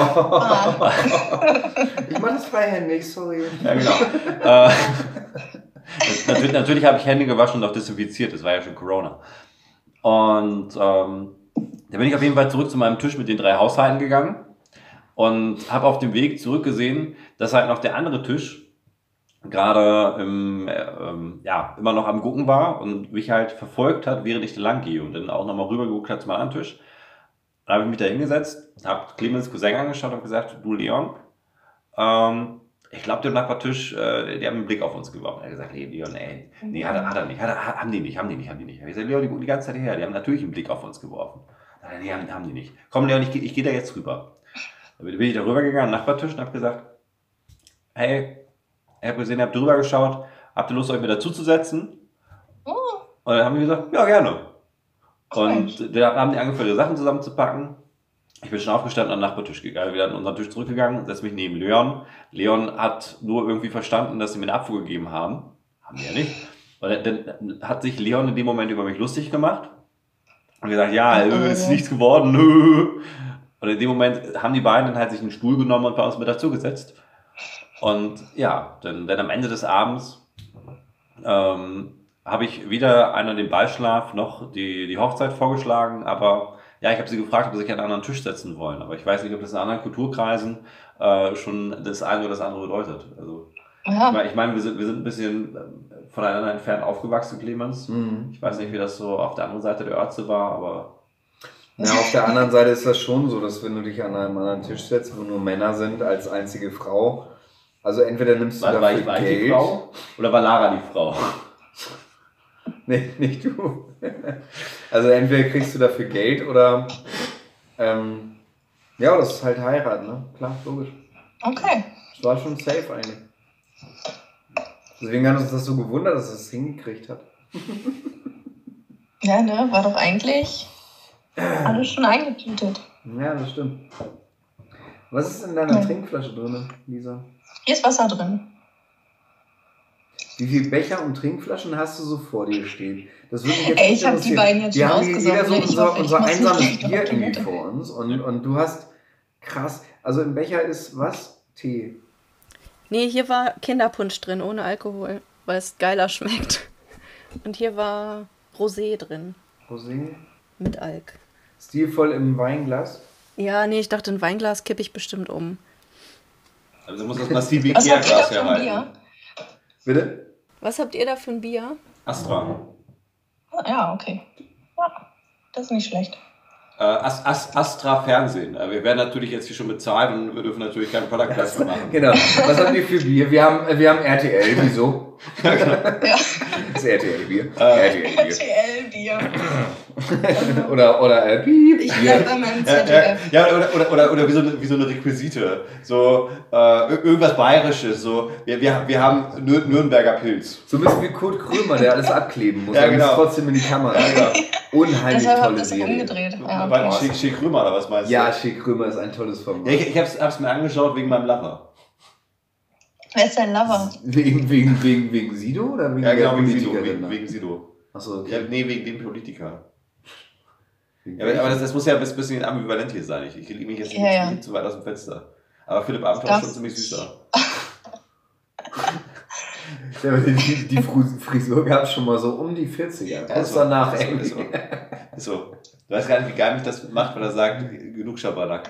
Ich mache das freihändig, sorry. Ja, genau. äh, natürlich natürlich habe ich Hände gewaschen und auch desinfiziert, das war ja schon Corona. Und ähm, da bin ich auf jeden Fall zurück zu meinem Tisch mit den drei Haushalten gegangen und habe auf dem Weg zurück gesehen, dass halt noch der andere Tisch gerade im, ähm, ja, immer noch am Gucken war und mich halt verfolgt hat, während ich da lang gehe und dann auch nochmal rübergeguckt hat zu meinem anderen Tisch. Dann habe ich mich da hingesetzt, habe Clemens Cousin angeschaut und gesagt, du Leon, ähm, ich glaube, der Nachbartisch, äh, die haben einen Blick auf uns geworfen. Er hat gesagt, nee, Leon, ey, nee, hat er, hat er nicht, hat er, haben die nicht, haben die nicht, haben die nicht. Ich habe gesagt, Leon, die gucken die ganze Zeit her, die haben natürlich einen Blick auf uns geworfen. Nein, nee, haben, haben die nicht. Komm, Leon, ich, ich gehe da jetzt rüber. Dann bin ich da rübergegangen, Nachbartisch, und habe gesagt, hey, ich habe gesehen, ihr habt drüber geschaut, habt ihr Lust, euch mit dazuzusetzen? Oh. Und dann haben die gesagt, ja, gerne. Und da haben die angefangen, ihre Sachen zusammenzupacken. Ich bin schon aufgestanden an den Nachbartisch gegangen, wieder an unseren Tisch zurückgegangen, setze mich neben Leon. Leon hat nur irgendwie verstanden, dass sie mir eine Abfuhr gegeben haben. Haben die ja nicht. Und dann hat sich Leon in dem Moment über mich lustig gemacht und gesagt, ja, äh, ist nichts geworden. Und in dem Moment haben die beiden dann halt sich einen Stuhl genommen und bei uns mit dazu gesetzt. Und ja, dann, dann am Ende des Abends ähm, habe ich weder einer den Beischlaf noch die, die Hochzeit vorgeschlagen, aber ja, ich habe sie gefragt, ob sie sich an einen anderen Tisch setzen wollen, aber ich weiß nicht, ob das in anderen Kulturkreisen äh, schon das eine oder das andere bedeutet. Also, ja. Ich meine, ich mein, wir, sind, wir sind ein bisschen voneinander entfernt aufgewachsen, Clemens. Mhm. Ich weiß nicht, wie das so auf der anderen Seite der Örze war, aber... Ja, auf der anderen Seite ist das schon so, dass wenn du dich an einem anderen Tisch setzt, wo nur Männer sind, als einzige Frau, also entweder nimmst du war, dafür war ich, war Geld... Ich die Frau? Oder war Lara die Frau? Nee, nicht du. Also entweder kriegst du dafür Geld oder... Ähm, ja, das ist halt Heirat, ne? Klar, logisch. Okay. Das war schon safe eigentlich. Deswegen hat uns das so gewundert, dass es hingekriegt hat. Ja, ne? War doch eigentlich alles schon eingetütet. Ja, das stimmt. Was ist in deiner ja. Trinkflasche drin, Lisa? Hier ist Wasser drin. Wie viele Becher und Trinkflaschen hast du so vor dir stehen? Das würde mich jetzt Ey, ich habe die beiden jetzt schon ausgesucht. Wir haben jeder so unser, hoffe, unser einsames Bier irgendwie vor uns. Und, und du hast, krass, also im Becher ist was? Tee. Nee, hier war Kinderpunsch drin, ohne Alkohol, weil es geiler schmeckt. Und hier war Rosé drin. Rosé? Mit Alk. Stilvoll im Weinglas? Ja, nee, ich dachte, ein Weinglas kippe ich bestimmt um. Also muss das massive Ikea-Glas herhalten. Bitte? Was habt ihr da für ein Bier? Astra. Ja, okay. Ja, das ist nicht schlecht. Äh, Ast, Ast, Astra Fernsehen. Wir werden natürlich jetzt hier schon bezahlt und wir dürfen natürlich keine Product-Placement machen. Genau. Was habt ihr für Bier? Wir haben, wir haben R T L. Wieso? Ja, genau. Ja. Das ist R T L-Bier. Äh, R T L-Bier. R T L-Bier. oder oder äh, Piep. Ich bleib bei meinem Z D F. Ja, ja, oder, oder, oder, oder wie, so eine, wie so eine Requisite. So äh, irgendwas Bayerisches. So, wir, wir, wir haben Nür Nürnberger Pilz. So ein bisschen wie Kurt Krömer, der alles abkleben muss. Ja, aber genau. Trotzdem in die Kamera. Ja, genau. Unheimlich Deshalb tolle das Serie. umgedreht. Ja. War Schick, Schick Römer oder was meinst du? Ja, Schick Krömer ist ein tolles Format. Ja, ich ich hab's, hab's mir angeschaut wegen meinem Lacher. Wer ist dein Lover? Wegen, wegen, wegen, wegen Sido oder wegen Ja, genau, der wegen Sido. Politikerin? Wegen, wegen Sido. Achso, okay. Ja, nee, wegen dem Politiker. Ja, aber aber das, das muss ja ein bisschen ambivalent hier sein. Ich, ich liege mich jetzt nicht, Ja, ja. nicht zu weit aus dem Fenster. Aber Philipp Amthor ist schon ziemlich süßer. Ja, aber die, die, die Frisur gab es schon mal so um die vierziger. Ja, Kurz so, danach. ist so, ist so. Ist so. Du weißt gar nicht, wie geil mich das macht, weil er sagt, genug Schabernack.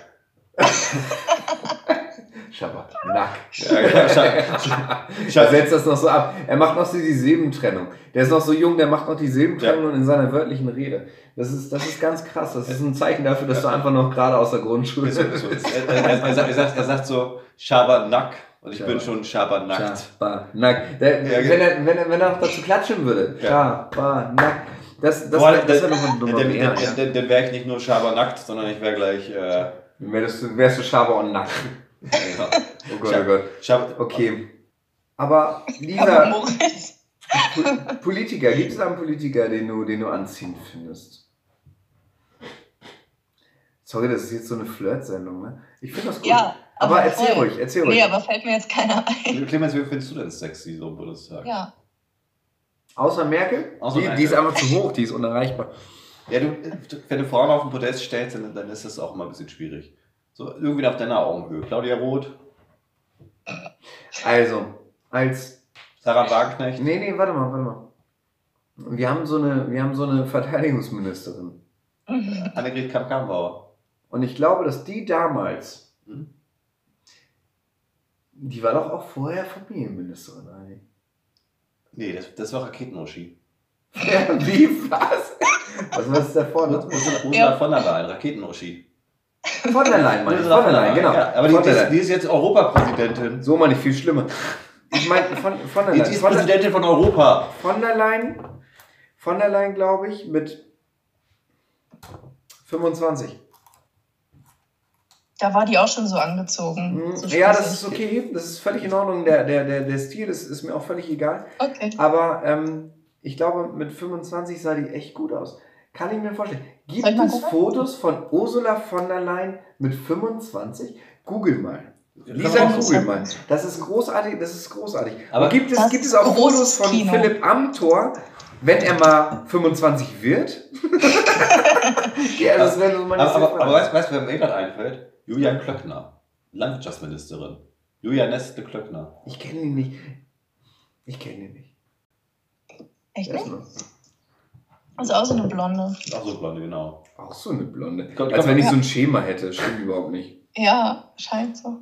Schabernack. Ja, genau. Er setzt das noch so ab. Er macht noch so die Silbentrennung. Der ist noch so jung, der macht noch die Silbentrennung ja. in seiner wörtlichen Rede. Das ist, das ist ganz krass. Das ist ein Zeichen dafür, dass du einfach noch gerade aus der Grundschule bist. Er, er, er, sagt, er, sagt, er sagt so Schabernack. Und ich bin schon Schabernack. Schabernack. Der, Ja, wenn, er, wenn, er, wenn er auch dazu klatschen würde. Ja. Schabernack. Das, das, Boah, das, das dann- wäre noch ein Nummer dann, mehr. dann, Ja. dann, dann wäre ich nicht nur Schabernack, sondern ich wäre gleich. Äh, Wärst du, wärst du Schaber und Nack. ja. Oh Gott, oh Gott. Schab Okay. Aber Aber Lisa, Moritz. Po- Politiker, gibt es einen Politiker, den du, den du anziehend findest? Sorry, das ist jetzt so eine Flirt-Sendung, ne? Ich finde das gut. Ja, aber, aber erzähl voll. ruhig, erzähl ruhig. Nee, aber fällt mir jetzt keiner ein. Clemens, wie findest du denn sexy, so im Bundestag? Ja. Außer Merkel? Außer die, Merkel. die ist einfach zu hoch, die ist unerreichbar. Ja, du, wenn du Frauen auf den Podest stellst, dann, dann ist das auch mal ein bisschen schwierig. So irgendwie auf deiner Augenhöhe. Claudia Roth, Also, als... Sarah Wagenknecht. Nee, nee, warte mal, warte mal. Wir haben so eine, wir haben so eine Verteidigungsministerin. Annegret Kramp-Karrenbauer. Und ich glaube, dass die damals... Hm? Die war doch auch vorher Familienministerin eigentlich. Nee, das, das war Raketen-Uschi. Ja, wie? Was? Was war das da vorne? Ursula, Ursula Ja. von der Leyen, Raketen-Uschi. Von der Leyen, meine ich. Ursula Von der Leyen, genau. Ja, aber die, Von die, der ist, Leyen. die ist jetzt Europapräsidentin. So meine ich, viel schlimmer. Ich meine, von, von der Die, Leyen. die ist Von der, Präsidentin von Europa. von der Leyen, von der Leyen, glaube ich, mit fünfundzwanzig. Da war die auch schon so angezogen. Hm, So ja, das spießig. ist okay, das ist völlig in Ordnung. Der, der, der, der Stil ist, ist mir auch völlig egal. Okay. Aber ähm, ich glaube, mit fünfundzwanzig sah die echt gut aus. Kann ich mir vorstellen. Gibt Soll ich mal es gucken? Fotos von Ursula von der Leyen mit fünfundzwanzig? Google mal. Lisa, Kann man auch Google mal. Das ist großartig, das ist großartig. Aber Aber gibt es, das gibt es ist auch Fotos großes von Kino. Philipp Amthor, wenn er mal fünfundzwanzig wird? Ja, das wäre so meine Aber, aber, Frage. aber weißt du, weißt, wer mir gerade einfällt? Julian Klöckner, Landwirtschaftsministerin. Julia Nestle Klöckner. Ich kenne ihn nicht. Ich kenne ihn nicht. Echt Wer ist nicht? noch? Also auch so eine Blonde. Auch so blonde, genau. Auch so eine Blonde. Kommt- Als kommt- wenn ich ja. so ein Schema hätte. Stimmt überhaupt nicht. Ja, scheint so.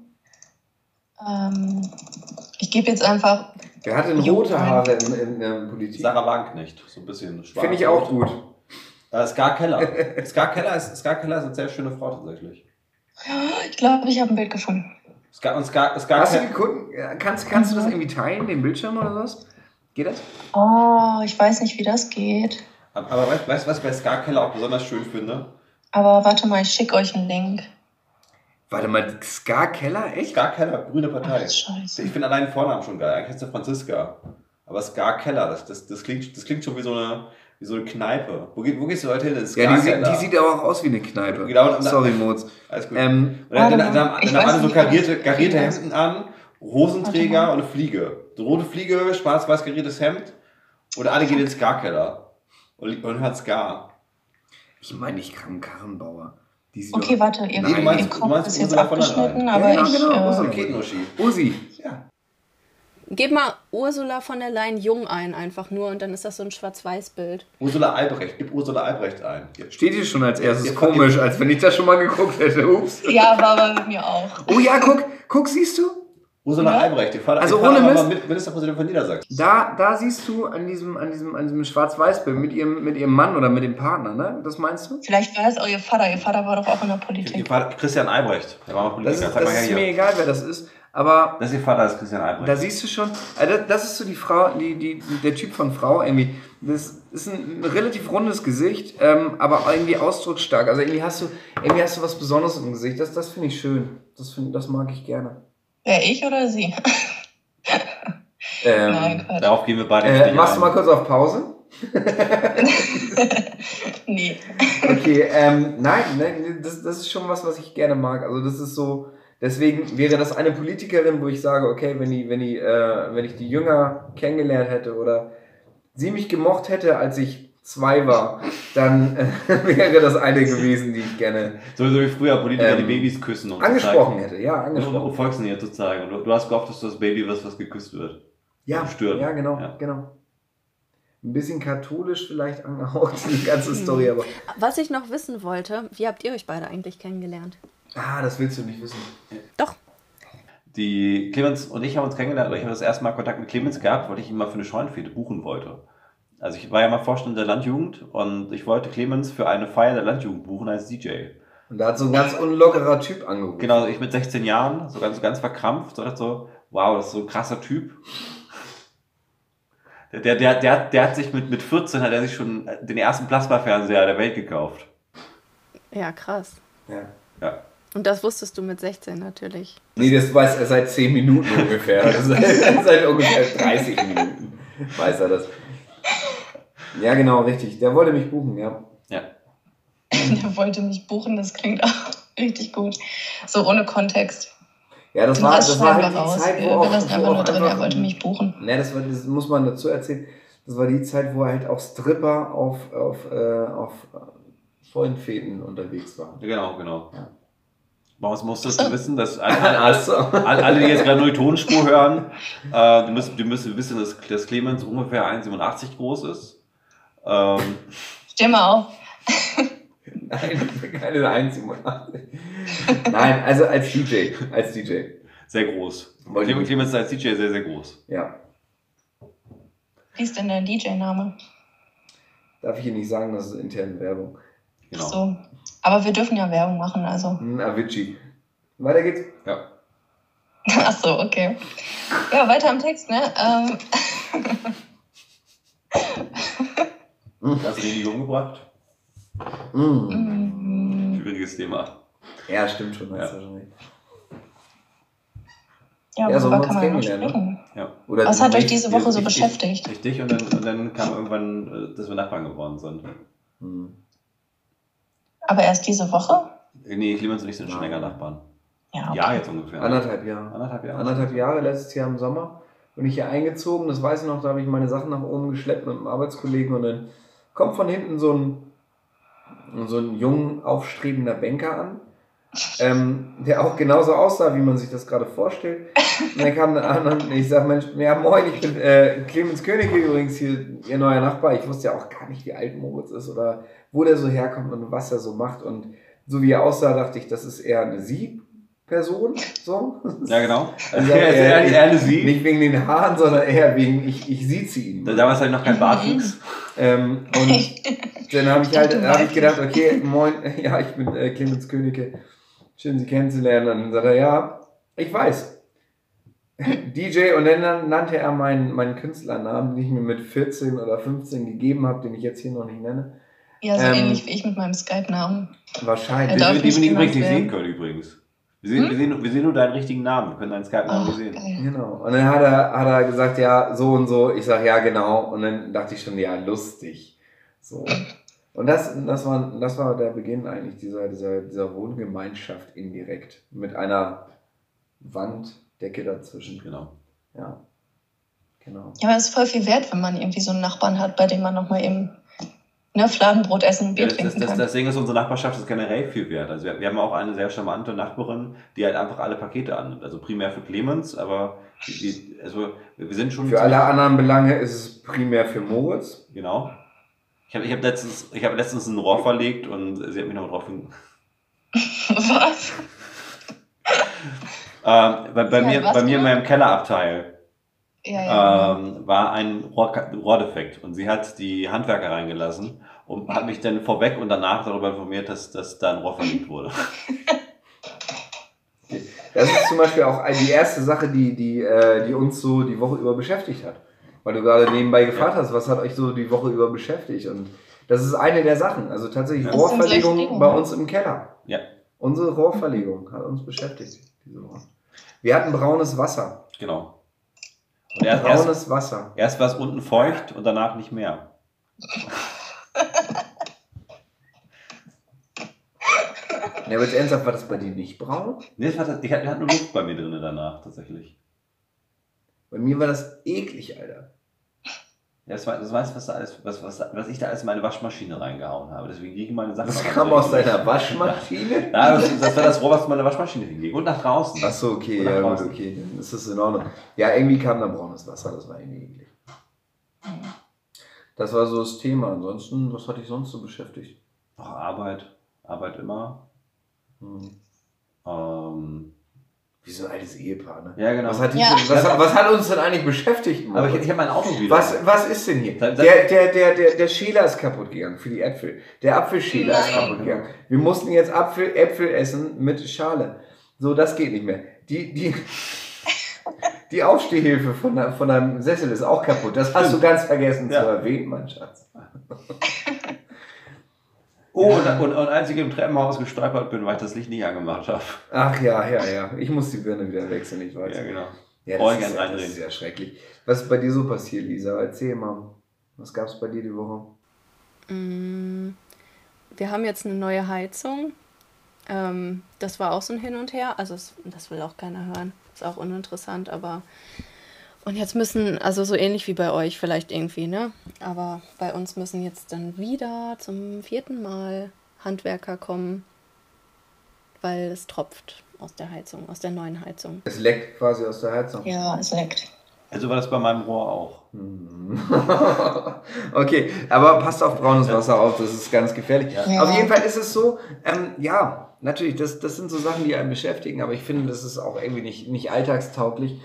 Ähm, ich gebe jetzt einfach. Wer hat denn Jo, rote nein. Haare in, in der Politik? Sarah Wagenknecht, so ein bisschen schwarz. Finde ich auch gut. Äh, Scar Keller. Scar Keller ist, Scar Keller ist eine sehr schöne Frau tatsächlich. Ich glaube, ich habe ein Bild gefunden. Scar, und Scar, Scar Hast du Keller. geguckt? Ja, Kannst, kannst du das irgendwie teilen, den Bildschirm oder was? Geht das? Oh, ich weiß nicht, wie das geht. Aber aber weißt du, weißt, was ich bei Scar Keller auch besonders schön finde? Aber warte mal, ich schicke euch einen Link. Warte mal, Scar Keller? Echt? Scar Keller, grüne Ach, Partei. scheiße. Ich finde allein den Vornamen schon geil. Eigentlich heißt er Franziska. Aber Scar Keller, das, das, das, klingt, das klingt schon wie so eine, wie so eine Kneipe. Wo, geht, wo gehst du heute hin? Scar Ja, die, sieht- Keller. die sieht aber auch aus wie eine Kneipe. Genau, und- Sorry, Moritz. Alles gut. Ähm, Und dann, dann, Warte dann, mal, dann, ich dann haben weiß alle so nicht, wie das karierte, geht. karierte Hemden an, Hosenträger Warte mal. und eine Fliege. So rote Fliege, schwarz-weiß kariertes Hemd. Und alle gehen ins Scar-Keller. Und, und hören Scar. ich meine nicht Kramp-Karrenbauer. Die sieht Okay, doch- warte, ihr, Nein, ihr meinst- du Kopf meinst ist jetzt Ursula von der abgeschnitten, Leyen. aber Ja, ich. genau, äh, Ursula. Raketenuschi. Usi. Ja. Gib mal Ursula von der Leyen jung ein, einfach nur, und dann ist das so ein Schwarz-Weiß-Bild. Ursula Albrecht. Gib Ursula Albrecht ein. Steht hier schon als erstes. Ihr- Komisch, als wenn ich das schon mal geguckt hätte. Ups. Ja, war aber mit mir auch. Oh ja, guck, guck, siehst du? Ursula Ja? Albrecht. Die Vater, Also die Vater ohne war Mist- mal Mit- Ministerpräsident von Niedersachsen. Da, da siehst du an diesem, an diesem, an diesem Schwarz-Weiß-Bild mit ihrem, mit ihrem Mann oder mit dem Partner, ne? Das meinst du? Vielleicht war es auch ihr Vater. Ihr Vater war doch auch in der Ihr Politik. Vater, Christian Albrecht. Der war mal Das Politiker. ist, Sag mal das her ist mir hier. egal, wer das ist. Aber Das ist ihr Vater, das ist Christian Albrecht. da siehst du schon, also das ist so die Frau, die, die, der Typ von Frau irgendwie. Das ist ein, ein relativ rundes Gesicht, ähm, aber irgendwie ausdrucksstark. Also irgendwie hast du, irgendwie hast du was Besonderes im Gesicht. Das, das finde ich schön. Das, find, das mag ich gerne. Wer, ich oder sie? Ähm, Nein, Quatsch. Darauf gehen wir beide äh, nicht machst du ein. mal kurz auf Pause? Nee. Okay, ähm, nein, nein das, das ist schon was, was ich gerne mag. Also das ist so, deswegen wäre das eine Politikerin, wo ich sage, okay, wenn die, wenn die, äh, wenn ich die jünger kennengelernt hätte oder sie mich gemocht hätte, als ich zwei war, dann äh, wäre das eine gewesen, die ich gerne So, so wie früher Politiker Ähm, die Babys küssen. Um angesprochen hätte. Ja, zu zeigen, um, um angesprochen. Volksnähe zu zeigen. Und du, du hast gehofft, dass du das Baby wirst, was geküsst wird. Ja, Stirn. ja, genau, Ja. genau. Ein bisschen katholisch vielleicht angehaucht, die ganze Story, aber Was ich noch wissen wollte, wie habt ihr euch beide eigentlich kennengelernt? ah, das willst du nicht wissen. Doch. Die Clemens und ich haben uns kennengelernt, oder ich habe das erste Mal Kontakt mit Clemens gehabt, weil ich ihn mal für eine Scheunenfete buchen wollte. Also ich war ja mal Vorstand der Landjugend und ich wollte Clemens für eine Feier der Landjugend buchen als D J. Und da hat so ein ganz unlockerer Typ angerufen. Genau, ich mit sechzehn Jahren, so ganz, ganz verkrampft, so, so wow, das ist so ein krasser Typ. Der, der, der, der, der hat sich mit, mit vierzehn hat er sich schon den ersten Plasmafernseher der Welt gekauft. Ja, krass. Ja. Ja. Und das wusstest du mit sechzehn natürlich. Nee, das weiß er seit zehn Minuten ungefähr. Also seit ungefähr dreißig Minuten weiß er das. Ja, genau, richtig. Der wollte mich buchen, ja. Ja. Der wollte mich buchen, das klingt auch richtig gut. So ohne Kontext. Ja, das Den war, Rest das war schneiden halt wir die raus. Zeit, wo Wir, auch... wir lassen wo einfach auch nur drin, er einfach- wollte mich buchen. Ne, das, war, das muss man dazu erzählen. Das war die Zeit, wo halt auch Stripper auf, auf, äh, auf Scheunenfäden unterwegs waren. Genau, genau. Ja. Warum musstest Ach du so. wissen, dass alle, alle, Also. alle, alle die jetzt gerade nur die Tonspur hören, äh, die, müssen, die müssen wissen, dass, dass Clemens ungefähr eins Komma siebenundachtzig groß ist. Ähm, Steh mal auf. Nein, keine eins Komma siebenundachtzig. Nein, also als D J. Als D J. sehr groß. Wollte ich- Clemens ist als D J sehr, sehr groß. Ja. Wie ist denn dein D J-Name? Darf ich hier nicht sagen, das ist interne Werbung. Genau. So. Aber wir dürfen ja Werbung machen, also. Hm, Avicii. Weiter geht's. Ja. Ach so, okay. Ja, weiter am Text, ne? Ähm, Hast du den nicht umgebracht? Mm. mm, Schwieriges Thema. Ja, stimmt schon. Hast Ja. du schon recht. ja, Ja, so worüber haben wir kann uns man noch kennengelernt, sprechen? Ja. Oder Was du hat euch nicht. diese Woche so Ich- ich- beschäftigt? Richtig, und dann, und dann kam irgendwann, äh, dass wir Nachbarn geworden sind. Hm. Aber erst diese Woche? Nee, Clemens und ich sind schon Nein. länger Nachbarn. Ja, okay. Ja, jetzt ungefähr. Anderthalb Jahre. Anderthalb Jahre. Anderthalb Jahre, letztes Jahr im Sommer, bin ich hier eingezogen. Das weiß ich noch, da habe ich meine Sachen nach oben geschleppt mit einem Arbeitskollegen und dann kommt von hinten so ein, so ein jung aufstrebender Banker an, ähm, der auch genauso aussah, wie man sich das gerade vorstellt. Und dann kam der an und ich sage, Mensch, ja moin, ich bin äh, Clemens König übrigens hier, ihr neuer Nachbar. Ich wusste ja auch gar nicht, wie alt Moritz ist oder wo der so herkommt und was er so macht. Und so wie er aussah, dachte ich, das ist eher eine Sie-Person. So. Ja, genau. Also, Er ist eher, äh, eher eine Sie. Nicht wegen den Haaren, sondern eher wegen, ich, ich sieze ihn. Damals hatte ich noch kein Bartwuchs. Ähm, und dann habe ich halt dachte, du hab ich weißt gedacht, okay, moin, ja, ich bin äh, Clemens Königke. Schön, Sie kennenzulernen. Und dann sagt er, ja, ich weiß. D J, und dann nannte er meinen, meinen Künstlernamen, den ich mir mit vierzehn oder fünfzehn gegeben habe, den ich jetzt hier noch nicht nenne. Ja, so Ähm, ähnlich wie ich mit meinem Skype-Namen. Wahrscheinlich. Die, Darf die, die nicht wir übrigens genannt nicht werden. sehen können, übrigens. Wir sehen, Hm? wir, sehen, wir sehen nur deinen richtigen Namen. Wir können deinen Skype-Namen Oh, nicht sehen. geil. Genau. Und dann hat er, hat er gesagt, ja, so und so. Ich sage, ja, genau. Und dann dachte ich schon, ja, lustig. So. Und das, das, war, das war der Beginn eigentlich dieser, dieser, dieser Wohngemeinschaft indirekt. Mit einer Wanddecke dazwischen. Genau. Ja. Genau. Ja, aber es ist voll viel wert, wenn man irgendwie so einen Nachbarn hat, bei dem man nochmal eben ne, Fladenbrot essen und Bier Ja, das, das, trinken das, kann. deswegen ist unsere Nachbarschaft ist generell viel wert. Also wir, wir haben auch eine sehr charmante Nachbarin, die halt einfach alle Pakete annimmt. Also primär für Clemens, aber die, die, also wir sind schon... Für alle anderen Belange ist es primär für Moritz. Genau. Ich habe ich hab letztens, ich hab letztens ein Rohr verlegt und sie hat mich noch drauf hin. Was? Ähm, bei bei Ja, mir, was bei mir in genau? meinem Kellerabteil Ja, ja. ähm, war ein Rohr, Rohrdefekt und sie hat die Handwerker reingelassen und hat mich dann vorweg und danach darüber informiert, dass, dass da ein Rohr verlegt wurde. Das ist zum Beispiel auch die erste Sache, die, die, äh, die uns so die Woche über beschäftigt hat. Weil du gerade nebenbei gefragt Ja. hast, was hat euch so die Woche über beschäftigt? Und das ist eine der Sachen. Also tatsächlich Ja. Das sind solche Rohrverlegung Dinge. bei uns im Keller. Ja, Unsere Rohrverlegung hat uns beschäftigt diese Woche. Wir hatten braunes Wasser. genau. Und erst, erst, Braunes Wasser. erst war es unten feucht und danach nicht mehr. Ja, aber jetzt ernsthaft, war das bei dir nicht braun? Nee, das war, das- ich hatte, wir hatten nur Luft bei mir drin danach, tatsächlich. Bei mir war das eklig, Alter. Ja, das, war, das weißt was, da alles, was, was, was ich da alles in meine Waschmaschine reingehauen habe. Deswegen liegen meine Sachen. Das noch kam so aus eklig. deiner Waschmaschine? Ja, das, das war das Rohr, was in meine Waschmaschine hinging. Und nach draußen. Ach so, okay, Oder ja gut, draußen. okay, dann ist das in Ordnung. Ja, irgendwie kam da braunes Wasser, das war irgendwie eklig. Das war so das Thema. Ansonsten, was hat dich sonst so beschäftigt? Ach, Arbeit. Arbeit immer. Hm. Ähm, Wie so ein altes Ehepaar, ne? ja, genau. Was hat, dich Ja. denn, was, was hat uns denn eigentlich beschäftigt? Aber ich, Moritz? ich habe mein Auto wieder. was, was ist denn hier? Seit- Der, der, der, der, der Schäler ist kaputt gegangen für die Äpfel. Der Apfelschäler ist Nein. kaputt gegangen. Wir mussten jetzt Apfel, Äpfel essen mit Schale. So, das geht nicht mehr. Die, die, Die Aufstehhilfe von, der, von deinem Sessel ist auch kaputt. Das hast du ganz vergessen ja. zu erwähnen, mein Schatz. Oh, und, und, und als ich im Treppenhaus gestolpert bin, weil ich das Licht nicht angemacht habe. Ach ja, ja, ja. Ich muss die Birne wieder wechseln, ich weiß. Ja, genau. Ja, das, ist, ja, das ist ja schrecklich. Was ist bei dir so passiert, Lisa? Erzähl mal. Was gab es bei dir die Woche? Wir haben jetzt eine neue Heizung. Ähm, das war auch so ein Hin und Her. Also es, das will auch keiner hören. Ist auch uninteressant, aber... Und jetzt müssen, also so ähnlich wie bei euch vielleicht irgendwie, ne? Aber bei uns müssen jetzt dann wieder zum vierten Mal Handwerker kommen, weil es tropft aus der Heizung, aus der neuen Heizung. Es leckt quasi aus der Heizung? Ja, es leckt. Also war das bei meinem Rohr auch. Okay, aber passt auf braunes Wasser auf, das ist ganz gefährlich. Ja. Auf jeden Fall ist es so, ähm, ja, natürlich, das, das sind so Sachen, die einen beschäftigen, aber ich finde, das ist auch irgendwie nicht, nicht alltagstauglich.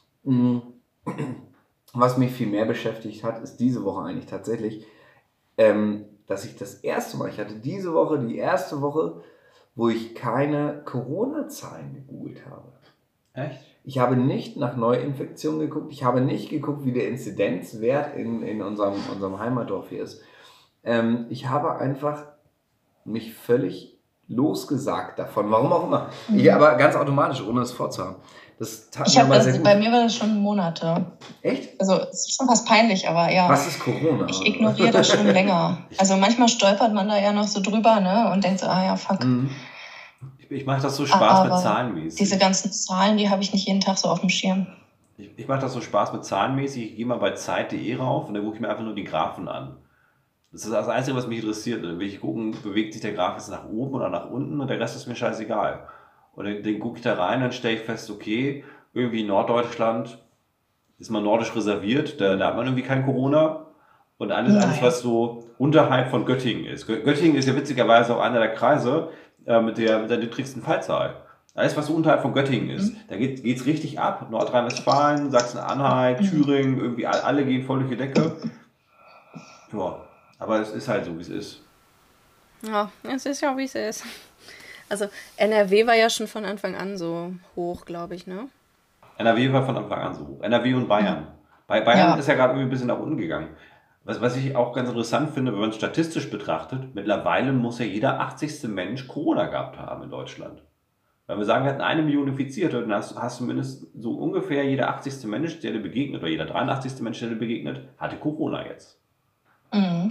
Was mich viel mehr beschäftigt hat, ist diese Woche eigentlich tatsächlich, ähm, dass ich das erste Mal, ich hatte diese Woche die erste Woche, wo ich keine Corona-Zahlen gegoogelt habe. Echt? Ich habe nicht nach Neuinfektionen geguckt, ich habe nicht geguckt, wie der Inzidenzwert in, in unserem, unserem Heimatdorf hier ist. Ähm, ich habe einfach mich völlig losgesagt davon, warum auch immer. Mhm. Ich, aber ganz automatisch, ohne es vorzuhaben. Das tat ich mir hab, mal also, sehr gut. Bei mir war das schon Monate. Echt? Also es ist schon fast peinlich, aber ja. Was ist Corona? Ich ignoriere das schon länger. Also manchmal stolpert man da ja noch so drüber, ne? Und denkt so, ah ja, fuck. Mhm. Ich, ich mache das so Spaß aber mit zahlenmäßig. Diese ganzen Zahlen, die habe ich nicht jeden Tag so auf dem Schirm. Ich, ich mache das so Spaß mit zahlenmäßig. Ich gehe mal bei Zeit punkt de rauf und dann gucke ich mir einfach nur die Graphen an. Das ist das Einzige, was mich interessiert. Dann will ich gucken, bewegt sich der Graph jetzt nach oben oder nach unten und der Rest ist mir scheißegal. Und dann, dann gucke ich da rein, dann stelle ich fest, okay, irgendwie Norddeutschland ist man nordisch reserviert, da, da hat man irgendwie kein Corona. Und alles, alles, was so unterhalb von Göttingen ist. Göttingen ist ja witzigerweise auch einer der Kreise äh, mit, der, mit der niedrigsten Fallzahl. Alles, was so unterhalb von Göttingen ist, mhm. da geht es richtig ab. Nordrhein-Westfalen, Sachsen-Anhalt, mhm. Thüringen, irgendwie alle gehen voll durch die Decke. Ja, aber es ist halt so, wie es ist. Ja, es ist ja, wie es ist. Also N R W war ja schon von Anfang an so hoch, glaube ich, ne? N R W war von Anfang an so hoch. N R W und Bayern. Bei Bayern ja. ist ja gerade irgendwie ein bisschen nach unten gegangen. Was, was ich auch ganz interessant finde, wenn man es statistisch betrachtet, mittlerweile muss ja jeder achtzigste Mensch Corona gehabt haben in Deutschland. Wenn wir sagen, wir hatten eine Million Infizierte, dann hast, hast zumindest so ungefähr jeder achtzigste Mensch, der dir begegnet, oder jeder dreiundachtzigste Mensch, der dir begegnet, hatte Corona jetzt. Mhm.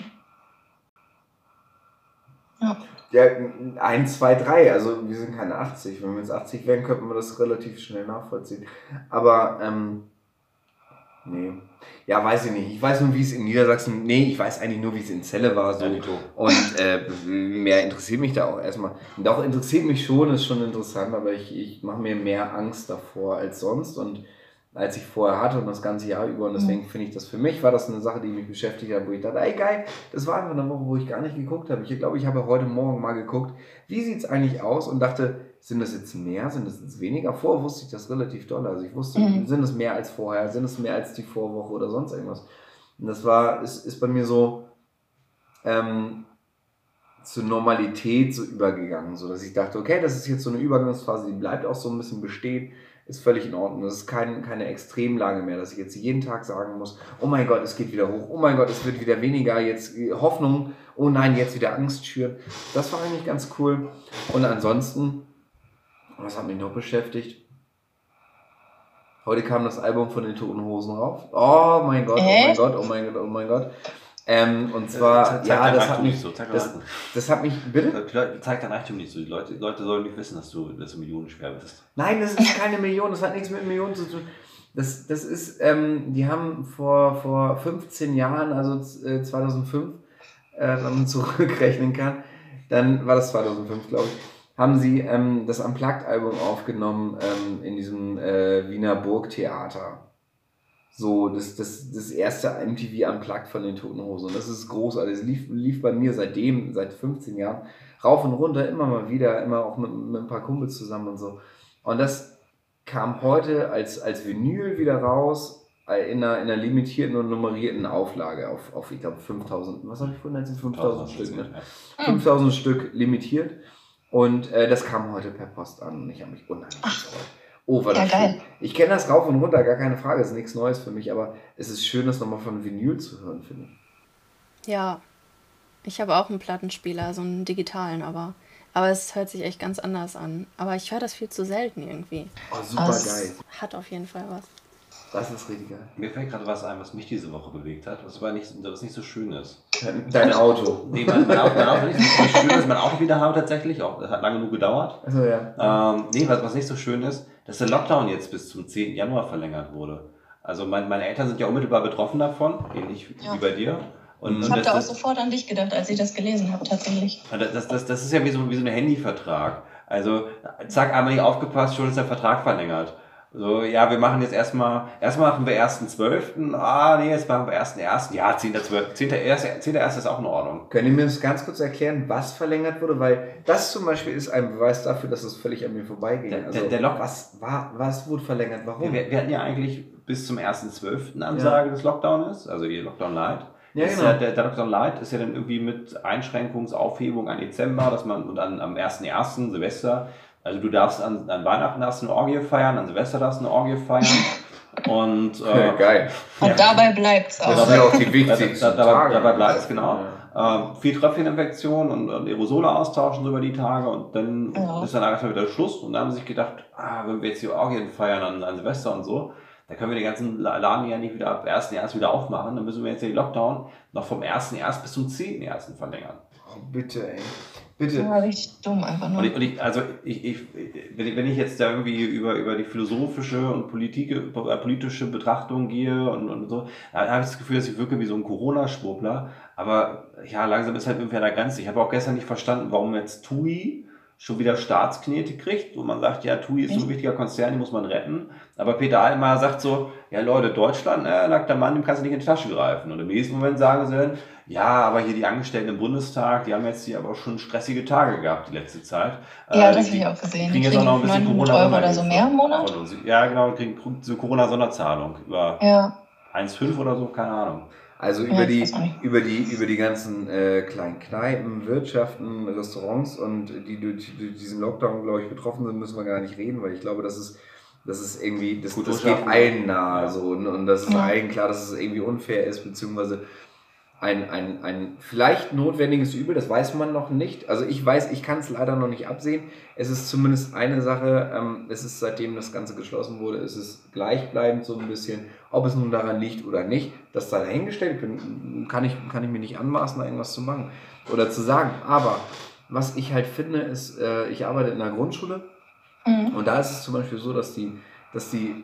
Ja. Ja, eins, zwei, drei, also wir sind keine achtzig. Wenn wir jetzt achtzig wären, könnten wir das relativ schnell nachvollziehen. Aber, ähm, nee. Ja, weiß ich nicht. Ich weiß nur, wie es in Niedersachsen, nee, ich weiß eigentlich nur, wie es in Celle war. So. Ja, und äh, mehr interessiert mich da auch erstmal. Und auch interessiert mich schon, ist schon interessant, aber ich, ich mache mir mehr Angst davor als sonst und als ich vorher hatte und das ganze Jahr über. Und deswegen mhm. finde ich das, für mich war das eine Sache, die mich beschäftigt hat, wo ich dachte, ey geil, das war einfach eine Woche, wo ich gar nicht geguckt habe. Ich glaube, ich habe heute Morgen mal geguckt, wie sieht es eigentlich aus und dachte, sind das jetzt mehr, sind das jetzt weniger? Vorher wusste ich das relativ doll. Also ich wusste, mhm. sind es mehr als vorher, sind es mehr als die Vorwoche oder sonst irgendwas. Und das war, ist, ist bei mir so ähm, zur Normalität so übergegangen, so dass ich dachte, okay, das ist jetzt so eine Übergangsphase, die bleibt auch so ein bisschen bestehen. Ist völlig in Ordnung. Das ist kein, keine Extremlage mehr, dass ich jetzt jeden Tag sagen muss, oh mein Gott, es geht wieder hoch, oh mein Gott, es wird wieder weniger, jetzt Hoffnung, oh nein, jetzt wieder Angst schüren. Das war eigentlich ganz cool. Und ansonsten, was hat mich noch beschäftigt? Heute kam das Album von den Toten Hosen rauf. Oh mein Gott, oh mein Gott, oh mein Gott, oh mein Gott. Ähm, und zwar, zeig ja, das hat, hat mich, so. das, das hat mich, bitte? Zeig dein Reichtum nicht so. Die Leute, die Leute sollen nicht wissen, dass du, dass du millionenschwer bist. Nein, das ist keine Million, das hat nichts mit Millionen zu tun. Das, das ist, ähm, die haben vor, vor fünfzehn Jahren, also äh, zweitausendfünf, äh, wenn man zurückrechnen kann, dann war das zweitausendfünf, glaube ich, haben sie ähm, das Unplugged-Album aufgenommen ähm, in diesem äh, Wiener Burgtheater. So, das, das, das erste M T V Unplugged von den Toten Hosen. Und das ist großartig. Es lief, lief bei mir seitdem, seit fünfzehn Jahren, rauf und runter, immer mal wieder, immer auch mit, mit ein paar Kumpels zusammen und so. Und das kam heute als, als Vinyl wieder raus, in einer, in einer limitierten und nummerierten Auflage auf, auf ich glaube, fünftausend, was habe ich vorhin erzählt? fünftausend Stück, ne? fünftausend Stück limitiert. Und äh, das kam heute per Post an und ich habe mich unheimlich gefreut. Oh, war das Ja, geil. schön. Ich kenne das rauf und runter, gar keine Frage, ist nichts Neues für mich, aber es ist schön, das nochmal von Vinyl zu hören, finde ich. Ja, ich habe auch einen Plattenspieler, so einen digitalen, aber, aber es hört sich echt ganz anders an. Aber ich höre das viel zu selten irgendwie. Oh, super Das- geil. Hat auf jeden Fall was. Das ist richtig geil. Mir fällt gerade was ein, was mich diese Woche bewegt hat, was aber nicht, was nicht so schön ist. Dein, dein Auto. Nee, mein, mein Auto, mein Auto nicht so schön ist, mein Auto wieder habe tatsächlich, auch, das hat lange genug gedauert. Also ja. Ähm, nee, was, was nicht so schön ist, dass der Lockdown jetzt bis zum zehnten Januar verlängert wurde. Also mein, meine Eltern sind ja unmittelbar betroffen davon, ähnlich Ja. wie bei dir. Und, Ich und habe das, da auch das, sofort an dich gedacht, als ich das gelesen habe, tatsächlich. das, das, das, das ist ja wie so, wie so ein Handyvertrag. Also zack, einmal nicht aufgepasst, schon ist der Vertrag verlängert. So, ja, wir machen jetzt erstmal, erstmal machen wir ersten zwölften Ah, nee, jetzt machen wir ersten ersten Ja, zehnter zwölfter zehnter erster ist auch in Ordnung. Könnt ihr mir das ganz kurz erklären, was verlängert wurde? Weil das zum Beispiel ist ein Beweis dafür, dass es völlig an mir vorbeiging. Der- Also, der- der Lock- was, war, was wurde verlängert? Warum? Wir, wir hatten ja eigentlich bis zum ersten zwölften Ansage des Lockdowns, also die Lockdown Light. Ja, Ist genau. ja, der, der Lockdown Light ist ja dann irgendwie mit Einschränkungsaufhebung an Dezember, dass man und an, am ersten ersten Silvester, also du darfst an, an Weihnachten darfst du eine Orgie feiern, an Silvester darfst du eine Orgie feiern und äh, Geil. Und Ja. dabei bleibt es Ja, Das auch. sind ja auch die da, wichtigsten da, dabei, Tage. dabei bleibt es, genau. Ja. Ähm, viel Tröpfcheninfektion und, und Aerosole austauschen so über die Tage und dann Ja. ist dann erstmal wieder Schluss und dann haben sie sich gedacht, ah, wenn wir jetzt die Orgien feiern an, an Silvester und so, dann können wir den ganzen Laden ja nicht wieder ab ersten ersten wieder aufmachen, dann müssen wir jetzt den Lockdown noch vom ersten ersten bis zum zehnten ersten verlängern. Oh, bitte, ey. Bitte. Ja, richtig dumm einfach nur. Und ich, und ich, also ich, ich, wenn ich wenn ich jetzt da irgendwie über, über die philosophische und Politik, äh, politische Betrachtung gehe und, und so, da habe ich das Gefühl, dass ich wirke wie so ein Corona-Schwurbler. Aber ja, langsam ist halt irgendwie an der Grenze. Ich habe auch gestern nicht verstanden, warum jetzt TUI schon wieder Staatsknete kriegt, wo man sagt, ja, TUI ist so ein Echt? wichtiger Konzern, den muss man retten. Aber Peter Altmaier sagt so, ja Leute, Deutschland, äh, nackter Mann, dem kannst du nicht in die Tasche greifen. Und im nächsten Moment sagen sie dann, ja, aber hier die Angestellten im Bundestag, die haben jetzt hier aber schon stressige Tage gehabt die letzte Zeit. Ja, Äh, das die- habe ich auch gesehen. kriegen Die jetzt kriegen auch noch ein bisschen neunhundert Euro oder so Corona-Sonderhilfe mehr im Monat. von uns. Ja, genau, kriegen so Corona-Sonderzahlung über Ja, eins Komma fünf oder so, keine Ahnung. Also Ja, über ich die, weiß auch nicht. über die, über die ganzen äh, kleinen Kneipen, Wirtschaften, Restaurants und die durch, durch diesen Lockdown, glaube ich, betroffen sind, müssen wir gar nicht reden, weil ich glaube, das ist, das ist irgendwie, das, das geht Kulturschaffende. allen nahe so und, und das ist Ja. allen klar, dass es irgendwie unfair ist, beziehungsweise ein, ein, ein vielleicht notwendiges Übel, das weiß man noch nicht. Also ich weiß, ich kann es leider noch nicht absehen. Es ist zumindest eine Sache, ähm, es ist seitdem das Ganze geschlossen wurde, es ist gleichbleibend so ein bisschen, ob es nun daran liegt oder nicht, das da dahingestellt bin, kann ich, kann ich mir nicht anmaßen, da irgendwas zu machen oder zu sagen. Aber was ich halt finde, ist, äh, ich arbeite in einer Grundschule Mhm. und da ist es zum Beispiel so, dass die, dass die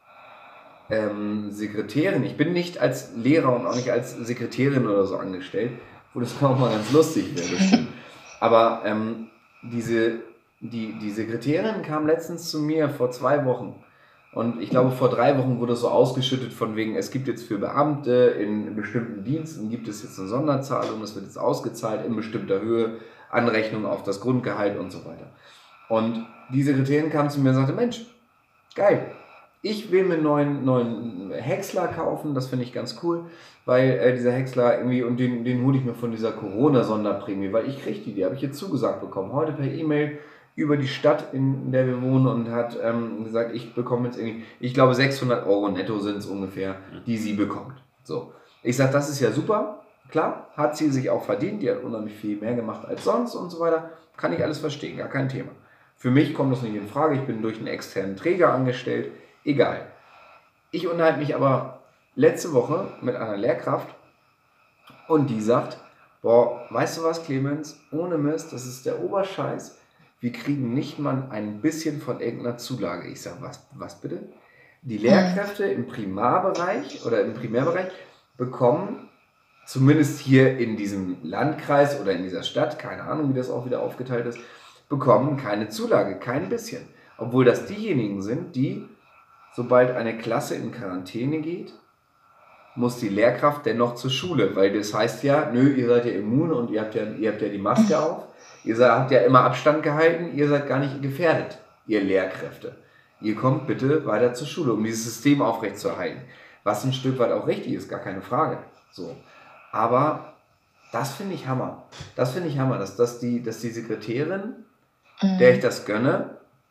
ähm, Sekretärin, ich bin nicht als Lehrer und auch nicht als Sekretärin oder so angestellt, wo das auch mal ganz lustig wäre, bestimmt. Aber ähm, diese, die, die Sekretärin kam letztens zu mir vor zwei Wochen und ich glaube vor drei Wochen wurde es so ausgeschüttet von wegen, es gibt jetzt für Beamte in bestimmten Diensten gibt es jetzt eine Sonderzahlung, das wird jetzt ausgezahlt in bestimmter Höhe, Anrechnung auf das Grundgehalt und so weiter. Und die Sekretärin kam zu mir und sagte, Mensch, geil, ich will mir einen neuen, neuen Häcksler kaufen, das finde ich ganz cool, weil äh, dieser Häcksler irgendwie, und den, den hole ich mir von dieser Corona-Sonderprämie, weil ich kriege die, die habe ich jetzt zugesagt bekommen, heute per E-Mail über die Stadt, in der wir wohnen und hat ähm, gesagt, ich bekomme jetzt irgendwie, ich glaube sechshundert Euro netto sind es ungefähr, die sie bekommt. So, ich sage, das ist ja super, klar, hat sie sich auch verdient, die hat unheimlich viel mehr gemacht als sonst und so weiter, kann ich alles verstehen, gar kein Thema. Für mich kommt das nicht in Frage, ich bin durch einen externen Träger angestellt, egal. Ich unterhalte mich aber letzte Woche mit einer Lehrkraft und die sagt, boah, weißt du was, Clemens, ohne Mist, das ist der Oberscheiß, wir kriegen nicht mal ein bisschen von irgendeiner Zulage. Ich sage, was, was bitte? Die Lehrkräfte im Primarbereich oder im Primärbereich bekommen, zumindest hier in diesem Landkreis oder in dieser Stadt, keine Ahnung, wie das auch wieder aufgeteilt ist, bekommen keine Zulage, kein bisschen. Obwohl das diejenigen sind, die, sobald eine Klasse in Quarantäne geht, muss die Lehrkraft dennoch zur Schule, weil das heißt ja, nö, ihr seid ja immun und ihr habt ja, ihr habt ja die Maske auf, ihr seid, habt ja immer Abstand gehalten, ihr seid gar nicht gefährdet, ihr Lehrkräfte. Ihr kommt bitte weiter zur Schule, um dieses System aufrechtzuerhalten. Was ein Stück weit auch richtig ist, gar keine Frage. So. Aber das finde ich Hammer. Das finde ich Hammer, dass, dass, die, dass die Sekretärin, Mhm. der ich das gönne,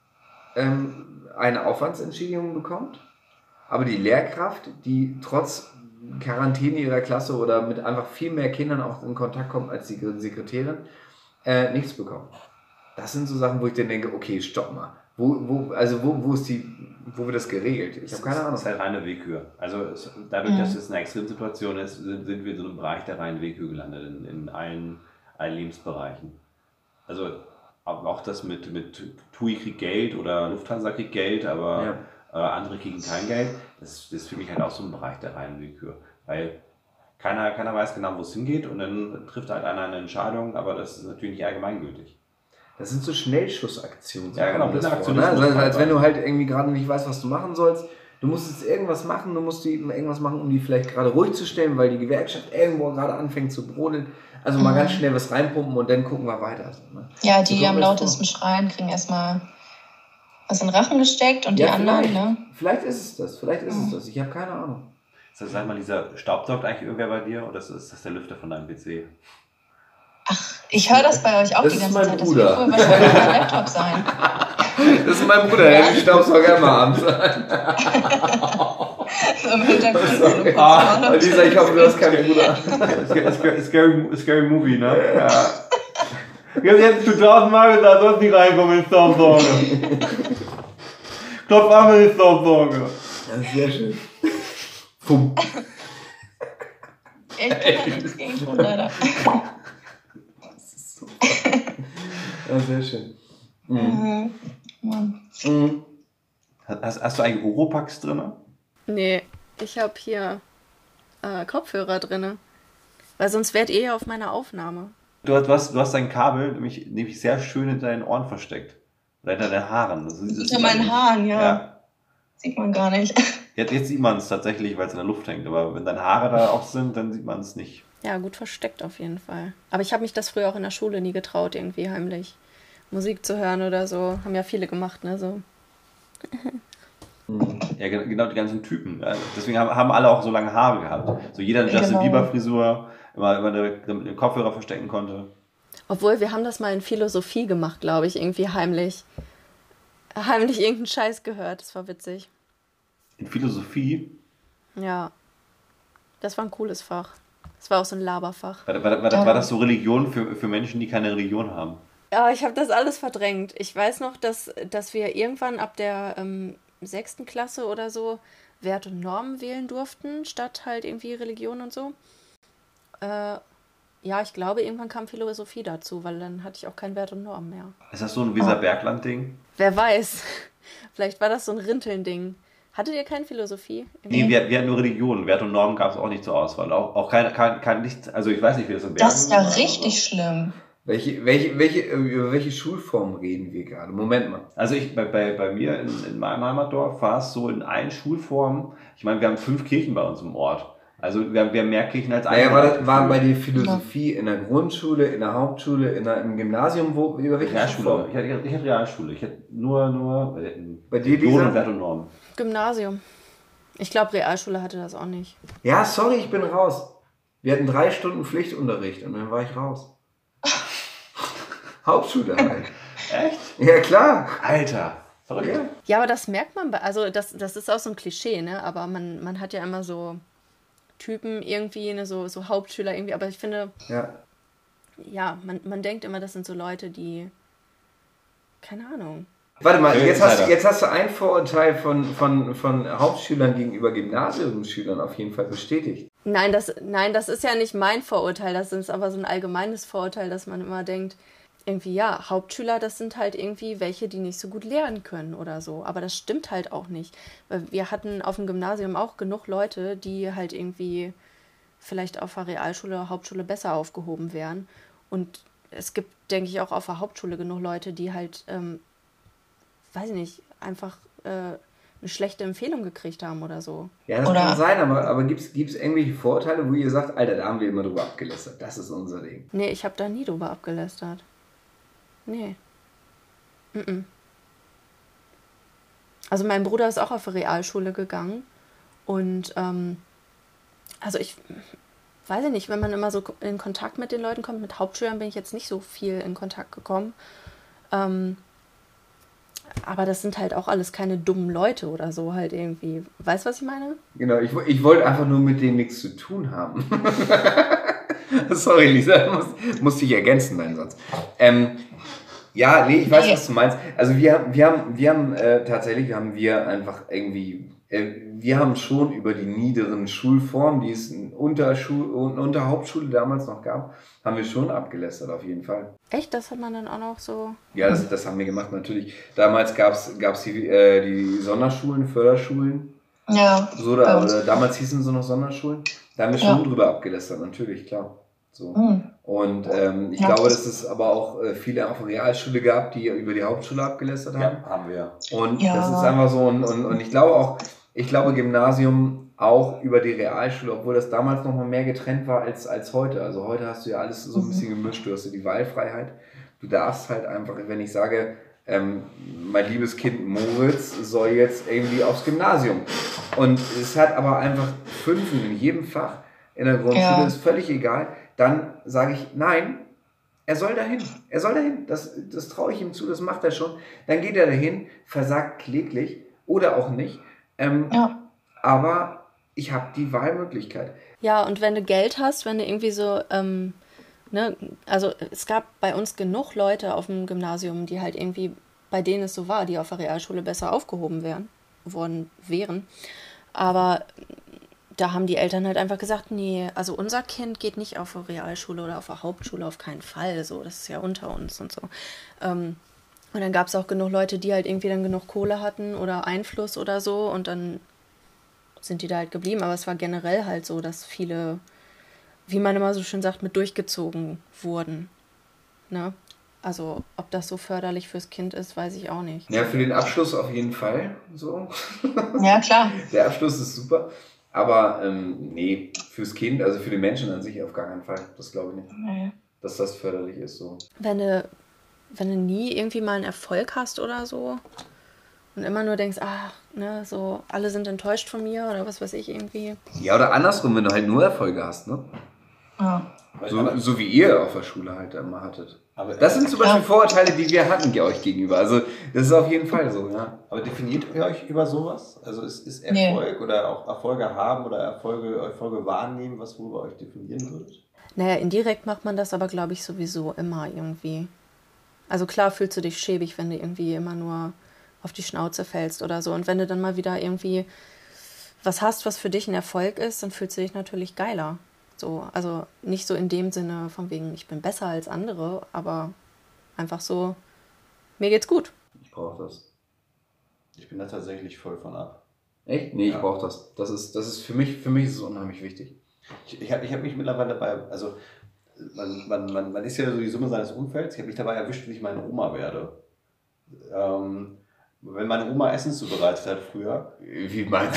ähm, eine Aufwandsentschädigung bekommt, aber die Lehrkraft, die trotz Quarantäne ihrer Klasse oder mit einfach viel mehr Kindern auch in Kontakt kommt als die Sekretärin, äh, nichts bekommt. Das sind so Sachen, wo ich dann denke, okay, stopp mal. Wo, wo, also wo, wo ist die, wo wird das geregelt? Ich habe keine Ahnung. Das ist halt reine Willkür. Also es, dadurch, mhm. dass es eine Extremsituation ist, sind, sind wir in so einem Bereich der reinen Willkür gelandet, in, in allen, allen Lebensbereichen. Also auch das mit, mit T U I kriegt Geld oder Lufthansa kriegt Geld, aber ja. äh, andere kriegen kein Geld. Das, das ist für mich halt auch so ein Bereich der reinen Willkür. Weil keiner, keiner weiß genau, wo es hingeht und dann trifft halt einer eine Entscheidung, aber das ist natürlich nicht allgemeingültig. Das sind so Schnellschussaktionen. Ja, genau, das vor, ne? also, als wenn du halt irgendwie gerade nicht weißt, was du machen sollst. Du musst jetzt irgendwas machen, du musst irgendwas machen, um die vielleicht gerade ruhig zu stellen, weil die Gewerkschaft irgendwo gerade anfängt zu brodeln. Also mal mhm. ganz schnell was reinpumpen und dann gucken wir weiter. Ne? Ja, die, die am lautesten schreien, kriegen erstmal was in den Rachen gesteckt und ja, die anderen, vielleicht, ne? Vielleicht ist es das, vielleicht ist mhm. es das. Ich habe keine Ahnung. Ist das, sag mal, dieser staubsaugt eigentlich irgendwer bei dir oder ist das der Lüfter von deinem P C? Ach, ich höre das bei euch auch das die ganze Zeit. Bruder. Das wird wohl wahrscheinlich mein Laptop sein. Das ist mein Bruder, der Staubsauger immer abends. So im Hintergrund. Ah, Lisa, ich hoffe, du hast keinen Bruder. Scary, scary Movie, ne? Ja. Ich hab jetzt schon tausendmal gesagt, du sollst nicht reinkommen in den Staubsauger. Klopf an mit dem Staubsauger. Das ist sehr schön. Pum. Ich kann da nichts gegen tun, leider. Ja, sehr schön. Mhm. Mhm. Mhm. Hast, hast du eigentlich Oropax drin? Nee, ich habe hier äh, Kopfhörer drin. Weil sonst wärt ihr ja auf meiner Aufnahme. Du hast, du hast, du hast dein Kabel nämlich, nämlich sehr schön hinter deinen Ohren versteckt. Oder hinter deinen Haaren. Das ist, das hinter meinen Haaren, ja. ja. Sieht man gar nicht. Jetzt, jetzt sieht man es tatsächlich, weil es in der Luft hängt. Aber wenn deine Haare da auch sind, dann sieht man es nicht. Ja, gut versteckt auf jeden Fall. Aber ich habe mich das früher auch in der Schule nie getraut, irgendwie heimlich Musik zu hören oder so. Haben ja viele gemacht, ne? So. Ja, genau, die ganzen Typen. Ja. Deswegen haben, haben alle auch so lange Haare gehabt. So jeder eine Justin Genau. Bieber Frisur, immer, immer den Kopfhörer verstecken konnte. Obwohl, wir haben das mal in Philosophie gemacht, glaube ich, irgendwie heimlich. Heimlich irgendeinen Scheiß gehört, das war witzig. In Philosophie? Ja. Das war ein cooles Fach. Das war auch so ein Laberfach. War, war, war, war das so Religion für, für Menschen, die keine Religion haben? Ja, ich habe das alles verdrängt. Ich weiß noch, dass, dass wir irgendwann ab der ähm, sechsten Klasse oder so Wert und Normen wählen durften, statt halt irgendwie Religion und so. Äh, ja, ich glaube, irgendwann kam Philosophie dazu, weil dann hatte ich auch kein Wert und Normen mehr. Ist das so ein Weserbergland-Ding? Wer weiß. Vielleicht war das so ein Rinteln-Ding. Hattet ihr keine Philosophie? Nee, wir, wir hatten nur Religion. Wert und Normen gab es auch nicht zur Auswahl. Auch, auch kein, kein, kein nichts, also ich weiß nicht, wie das in Bergen Das ist ja richtig so. Schlimm. Welche, welche, welche, über welche Schulform reden wir gerade? Moment mal. Also ich, bei, bei, bei mir in, in meinem Heimatdorf war es so in allen Schulformen, ich meine, wir haben fünf Kirchen bei uns im Ort. Also wir haben, wir haben mehr Kirchen als eine. Naja, war, das, war bei dir Philosophie in der Grundschule, in der Hauptschule, in der, im Gymnasium, wo, über welche Realschule? Ich hatte, ich hatte Realschule. Ich hatte nur, nur bei dir, Lisa? Wert und Normen. Gymnasium. Ich glaube, Realschule hatte das auch nicht. Ja, sorry, ich bin raus. Wir hatten drei Stunden Pflichtunterricht und dann war ich raus. Hauptschule halt. Echt? Ja, klar. Alter. Verrückt. Ja. Ja, aber das merkt man, bei, also das, das ist auch so ein Klischee, ne? Aber man, man hat ja immer so Typen irgendwie, ne? so, so Hauptschüler irgendwie, aber ich finde, Ja, ja, man, man denkt immer, das sind so Leute, die, keine Ahnung. Warte mal, Ja, jetzt hast, Insider. jetzt hast du ein Vorurteil von, von, von Hauptschülern gegenüber Gymnasiumsschülern auf jeden Fall bestätigt. Nein, das, nein, das ist ja nicht mein Vorurteil, das ist aber so ein allgemeines Vorurteil, dass man immer denkt, irgendwie, ja, Hauptschüler, das sind halt irgendwie welche, die nicht so gut lernen können oder so. Aber das stimmt halt auch nicht. Weil wir hatten auf dem Gymnasium auch genug Leute, die halt irgendwie vielleicht auf der Realschule, Hauptschule besser aufgehoben wären. Und es gibt, denke ich, auch auf der Hauptschule genug Leute, die halt, ähm, weiß ich nicht, einfach äh, eine schlechte Empfehlung gekriegt haben oder so. Ja, das Oder- kann sein, aber, aber gibt es irgendwelche Vorurteile, wo ihr sagt, Alter, da haben wir immer drüber abgelästert. Das ist unser Ding. Nee, ich habe da nie drüber abgelästert. Nee. Mm-mm. Also mein Bruder ist auch auf eine Realschule gegangen und ähm, also ich weiß ich nicht, wenn man immer so in Kontakt mit den Leuten kommt, mit Hauptschülern bin ich jetzt nicht so viel in Kontakt gekommen. Ähm, aber das sind halt auch alles keine dummen Leute oder so halt irgendwie. Weißt du, was ich meine? Genau, ich, ich wollte einfach nur mit denen nichts zu tun haben. Sorry, Lisa, muss, musste ich ergänzen, deinen Satz. Ähm, ja, nee, ich weiß, was du meinst. Also wir, wir haben, wir haben äh, tatsächlich haben wir einfach irgendwie, äh, wir haben schon über die niederen Schulformen, die es in Unterschul- und unter Hauptschule damals noch gab, haben wir schon abgelästert, auf jeden Fall. Echt? Das hat man dann auch noch so... Ja, das, das haben wir gemacht, natürlich. Damals gab es die, äh, die Sonderschulen, Förderschulen. Ja. So, oder, oder damals hießen sie noch Sonderschulen. Da haben wir schon Ja. drüber abgelästert, natürlich, klar. So. Mhm. Und ähm, ich Ja. glaube, dass es aber auch äh, viele auf der Realschule gab, die über die Hauptschule abgelästert haben. Ja, haben wir. Und Ja. das ist einfach so, und, und, und ich glaube auch, ich glaube Gymnasium auch über die Realschule, obwohl das damals noch mal mehr getrennt war als, als heute. Also heute hast du ja alles so ein bisschen gemischt, du hast ja die Wahlfreiheit. Du darfst halt einfach, wenn ich sage, ähm, mein liebes Kind Moritz soll jetzt irgendwie aufs Gymnasium. Und es hat aber einfach Fünfen in jedem Fach in der Grundschule, Ja. ist völlig egal. Dann sage ich, nein, er soll dahin. Er soll dahin. Das, das traue ich ihm zu, das macht er schon. Dann geht er dahin, versagt kläglich oder auch nicht. Ähm, Ja. Aber ich habe die Wahlmöglichkeit. Ja, und wenn du Geld hast, wenn du irgendwie so, ähm, ne, also es gab bei uns genug Leute auf dem Gymnasium, die halt irgendwie, bei denen es so war, die auf der Realschule besser aufgehoben wären, worden wären. Aber da haben die Eltern halt einfach gesagt, nee, also unser Kind geht nicht auf eine Realschule oder auf eine Hauptschule, auf keinen Fall. So, das ist ja unter uns und so. Ähm, und dann gab es auch genug Leute, die halt irgendwie dann genug Kohle hatten oder Einfluss oder so und dann sind die da halt geblieben. Aber es war generell halt so, dass viele, wie man immer so schön sagt, mit durchgezogen wurden. Ne? Also ob das so förderlich fürs Kind ist, weiß ich auch nicht. Ja, für den Abschluss auf jeden Fall. So. Ja, klar. Der Abschluss ist super. Aber ähm, nee, fürs Kind, also für den Menschen an sich auf gar keinen Fall. Das glaube ich nicht, Nee. dass das förderlich ist. So. Wenn du, wenn du nie irgendwie mal einen Erfolg hast oder so und immer nur denkst, ach, ne, so alle sind enttäuscht von mir oder was weiß ich irgendwie. Ja, oder andersrum, wenn du halt nur Erfolge hast, ne? Ja. So, so wie ihr auf der Schule halt immer hattet. Aber, Das sind zum Beispiel Vorurteile, die wir hatten euch gegenüber. Also das ist auf jeden Fall so, ja. aber definiert ihr euch über sowas? Also ist, ist Nee. Erfolg oder auch Erfolge haben oder Erfolge, Erfolge wahrnehmen, was worüber euch definieren würdet? Naja, indirekt macht man das aber, glaube ich, sowieso immer irgendwie. Also klar fühlst du dich schäbig, wenn du irgendwie immer nur auf die Schnauze fällst oder so. Und wenn du dann mal wieder irgendwie was hast, was für dich ein Erfolg ist, dann fühlst du dich natürlich geiler. So, also nicht so in dem Sinne von wegen, ich bin besser als andere, aber einfach so, mir geht's gut. Ich brauche das. Ich bin da tatsächlich voll von ab. Echt? Nee, ich Ja. brauche das. Das ist, das ist für mich, für mich ist es unheimlich wichtig. Ich, ich habe ich hab mich mittlerweile dabei, also man, man, man, man ist ja so die Summe seines Umfelds. Ich habe mich dabei erwischt, wie ich meine Oma werde. Ähm, wenn meine Oma Essen zubereitet hat früher. Wie meinst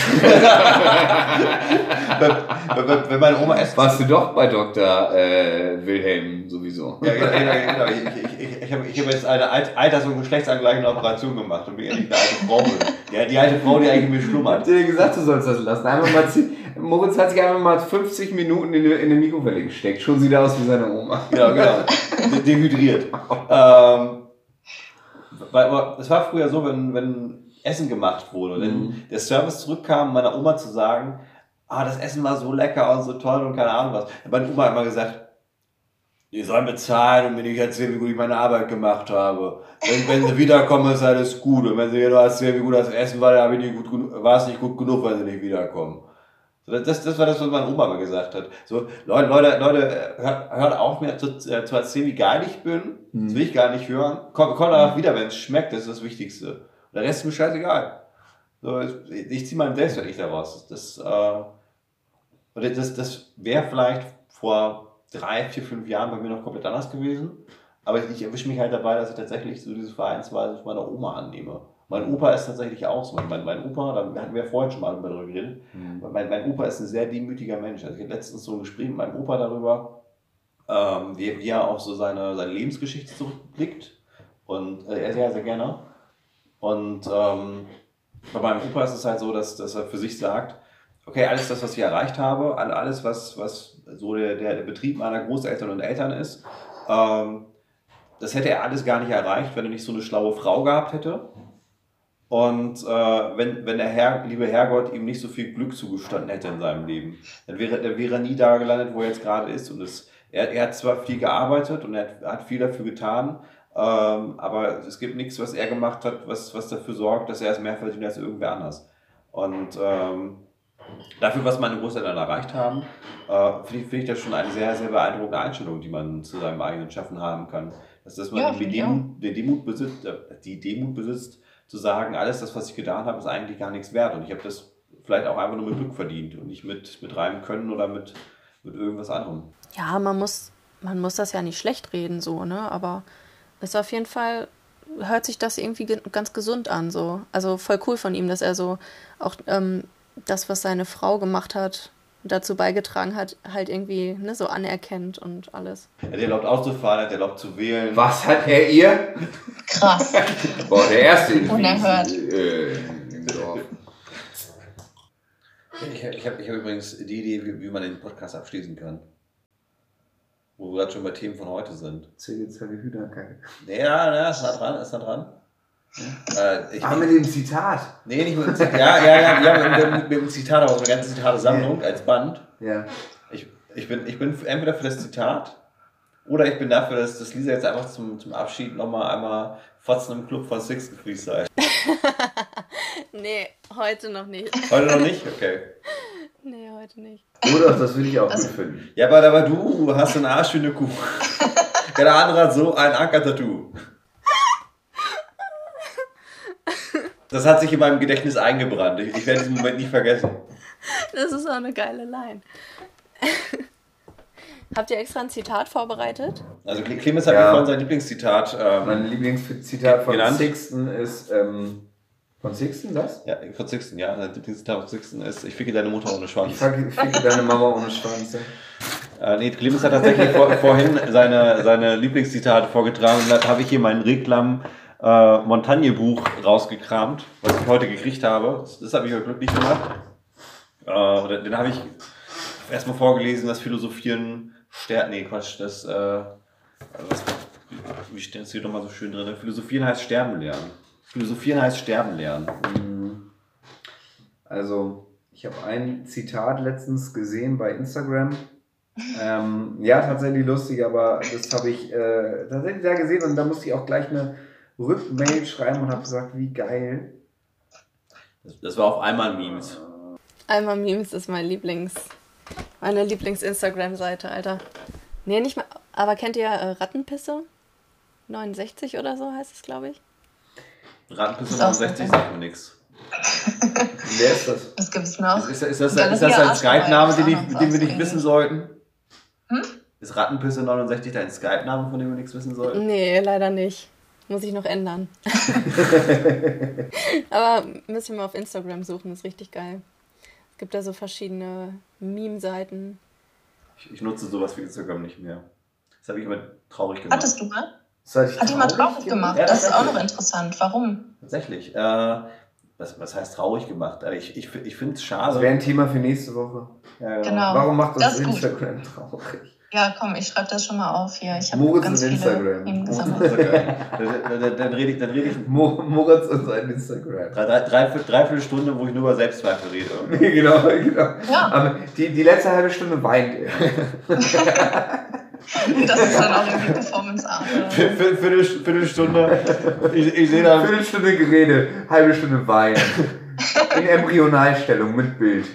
wenn, wenn, wenn meine Oma Essen Warst du doch bei Doktor äh, Wilhelm sowieso? Ja, genau, genau. Ich, ich, ich, ich habe ich hab jetzt eine Alt- Alters- und geschlechtsangleichende Operation gemacht und bin endlich eine alte Frau. Die, die alte Frau, die eigentlich in mir Ich hab schlummert. dir gesagt, du sollst das lassen. Einfach mal zehn, Moritz hat sich einfach mal fünfzig Minuten in eine, in eine Mikrowelle gesteckt. Schon sieht er aus wie seine Oma. Genau, genau. De- Dehydriert. Ähm, weil, aber es war früher so, wenn, wenn Essen gemacht wurde, wenn Mhm. der Service zurückkam, meiner Oma zu sagen, ah, das Essen war so lecker und so toll und keine Ahnung was. Hat meine Oma immer gesagt, die sollen bezahlen und mir nicht erzählen, wie gut ich meine Arbeit gemacht habe. Wenn, wenn sie wiederkommen, ist alles gut. Und wenn sie mir erzählen, wie gut das Essen war, dann habe ich nicht gut, genu- war es nicht gut genug, weil sie nicht wiederkommen. So, Das, das war das, was meine Oma mal gesagt hat. So, Leute, Leute, Leute, hört, hört auf mir zu, äh, zu erzählen, wie geil ich bin. Mhm. Das will ich gar nicht hören. Komm, komm einfach wieder, wenn es schmeckt, das ist das Wichtigste. Und der Rest ist mir scheißegal. So, ich ich ziehe meinen Selbstwert nicht daraus. Das, äh, und das, das wäre vielleicht vor drei, vier, fünf Jahren bei mir noch komplett anders gewesen. Aber ich, ich erwische mich halt dabei, dass ich tatsächlich so diese Verhaltensweise von meiner Oma annehme. Mein Opa ist tatsächlich auch so. Mein, mein Opa, da hatten wir vorhin schon mal darüber geredet, Mhm. mein, mein Opa ist ein sehr demütiger Mensch. Also ich hatte letztens so ein Gespräch mit meinem Opa darüber, ähm, wie, wie er auf so seine, seine Lebensgeschichte zurückblickt. Und äh, er sehr, sehr gerne. Und ähm, bei meinem Opa ist es halt so, dass, dass er für sich sagt, okay, alles das, was ich erreicht habe, all- alles, was, was so der, der, der Betrieb meiner Großeltern und Eltern ist, ähm, das hätte er alles gar nicht erreicht, wenn er nicht so eine schlaue Frau gehabt hätte, Und äh, wenn, wenn der Herr, liebe Herrgott ihm nicht so viel Glück zugestanden hätte in seinem Leben, dann wäre, dann wäre er nie da gelandet, wo er jetzt gerade ist. Und es, er, er hat zwar viel gearbeitet und er hat, hat viel dafür getan, ähm, aber es gibt nichts, was er gemacht hat, was, was dafür sorgt, dass er es mehr verdient als irgendwer anders. Und ähm, dafür, was meine Großeltern erreicht haben, äh, finde ich, find ich das schon eine sehr, sehr beeindruckende Einstellung, die man zu seinem eigenen Schaffen haben kann. Dass, dass man Ja, die, finde ich Demut, die, Demut besitzt, äh, die Demut besitzt, zu sagen, alles das, was ich getan habe, ist eigentlich gar nichts wert. Und ich habe das vielleicht auch einfach nur mit Glück verdient und nicht mit, mit reinem Können oder mit, mit irgendwas anderem. Ja, man muss, man muss das ja nicht schlecht reden, so, ne? Aber ist auf jeden Fall, hört sich das irgendwie ge- ganz gesund an, so. Also voll cool von ihm, dass er so auch ähm, das, was seine Frau gemacht hat, dazu beigetragen hat, halt irgendwie ne, so anerkennt und alles. Er hat erlaubt auszufahren, er hat erlaubt zu wählen. Was hat er ihr? Krass. Boah, der erste in Unerhört. äh, im Dorf. Ich habe ich hab, ich hab übrigens die Idee, wie, wie man den Podcast abschließen kann. Wo wir gerade schon bei Themen von heute sind. Zähl jetzt eine Hühnerkacke. Ja, ja, ist nah dran, ist nah dran. Äh, ich, Ah, mit dem Zitat. nee, nicht mit dem Zitat. Ja, ja, ja, ja mit, mit, mit dem Zitat, aber eine ganze Zitate-Sammlung als Band. Ja. Ich, ich, bin, ich bin entweder für das Zitat oder ich bin dafür, dass, dass Lisa jetzt einfach zum, zum Abschied nochmal einmal Fotzen im Club von Sixten Freestyle. Nee, heute noch nicht. Heute noch nicht? Okay. Nee, heute nicht. Oder das will ich auch gut finden. Ja, aber, aber du hast einen Arsch wie eine Kuh. Der andere hat so ein Anker-Tattoo. Das hat sich in meinem Gedächtnis eingebrannt. Ich, ich werde diesen Moment nicht vergessen. Das ist auch eine geile Line. Habt ihr extra ein Zitat vorbereitet? Also Clemens hat Ja. mir vorhin sein Lieblingszitat. Ähm, Mein Lieblingszitat von Genannt? Sixten ist, ähm, von Sixten das? ja, von Sixten, ja. Sein Lieblingszitat von Sixten ist: Ich ficke deine Mutter ohne Ich Schwanz. ficke ficke deine Mama ohne Schwanz. Äh, nee, Clemens hat tatsächlich vor, vorhin seine, seine Lieblingszitate vorgetragen. Und da habe ich hier mein Reklam äh, Montagne-Buch rausgekramt, was ich heute gekriegt habe. Das, das habe ich heute glücklich gemacht. Äh, den den habe ich erstmal vorgelesen, das Philosophieren sterben. Nee, Quatsch, das. Äh, was, wie steht das hier nochmal so schön drin? Philosophieren heißt sterben lernen. Philosophieren heißt sterben lernen. Also, ich habe ein Zitat letztens gesehen bei Instagram. Ähm, ja, tatsächlich lustig, aber das habe ich äh, tatsächlich da gesehen und da musste ich auch gleich eine Rückmail schreiben und habe gesagt, wie geil. Das, das war auf einmal Memes. Einmal Memes ist mein Lieblings, meine Lieblings-Instagram-Seite, Alter. Nee, nicht mal, aber kennt ihr äh, Rattenpisse? neunundsechzig oder so heißt es, glaube ich. Rattenpisse Ist auch neunundsechzig so. sagt mir nichts. Wer ist das? Was gibt's noch? Ist, ist, ist, das, Dann ist ist das ja ein Skype-Name, Arschgeweih, den, auch ich, noch den wir was nicht wissen ähnliches. sollten? Hm? Ist Rattenpisse neunundsechzig dein Skype-Name, von dem wir nichts wissen sollten? Nee, leider nicht. Muss ich noch ändern. Aber müsst ihr mal auf Instagram suchen, ist richtig geil. Es gibt da so verschiedene Meme-Seiten. Ich, ich nutze sowas wie Instagram nicht mehr. Das habe ich immer traurig gemacht. Hattest du mal? Das hatte ich Hat jemand traurig gemacht? Ja, Das ist auch tatsächlich. noch interessant. Warum? Tatsächlich. Äh, was, was heißt traurig gemacht? Also ich ich, ich finde es Das schade. wäre ein Thema für nächste Woche. Ja, Genau. Warum macht Das uns ist gut. Instagram traurig? Ja, komm, ich schreibe das schon mal auf hier. Ich habe Moritz ganz und viele Instagram. Themen Das gesammelt. ist ja geil. dann, dann, dann rede ich, dann rede ich Mo Moritz und sein Instagram. drei, drei, drei, dreiviertel Stunde, wo ich nur über Selbstzweifel rede. genau, genau. Ja. Aber die, die letzte halbe Stunde weint er. Das ist dann auch irgendwie Performance-Art. oder? Viertel, Viertel, Viertelstunde. Ich, ich sehe da. Viertelstunde Gerede, halbe Stunde Wein. In Embryonalstellung mit Bild.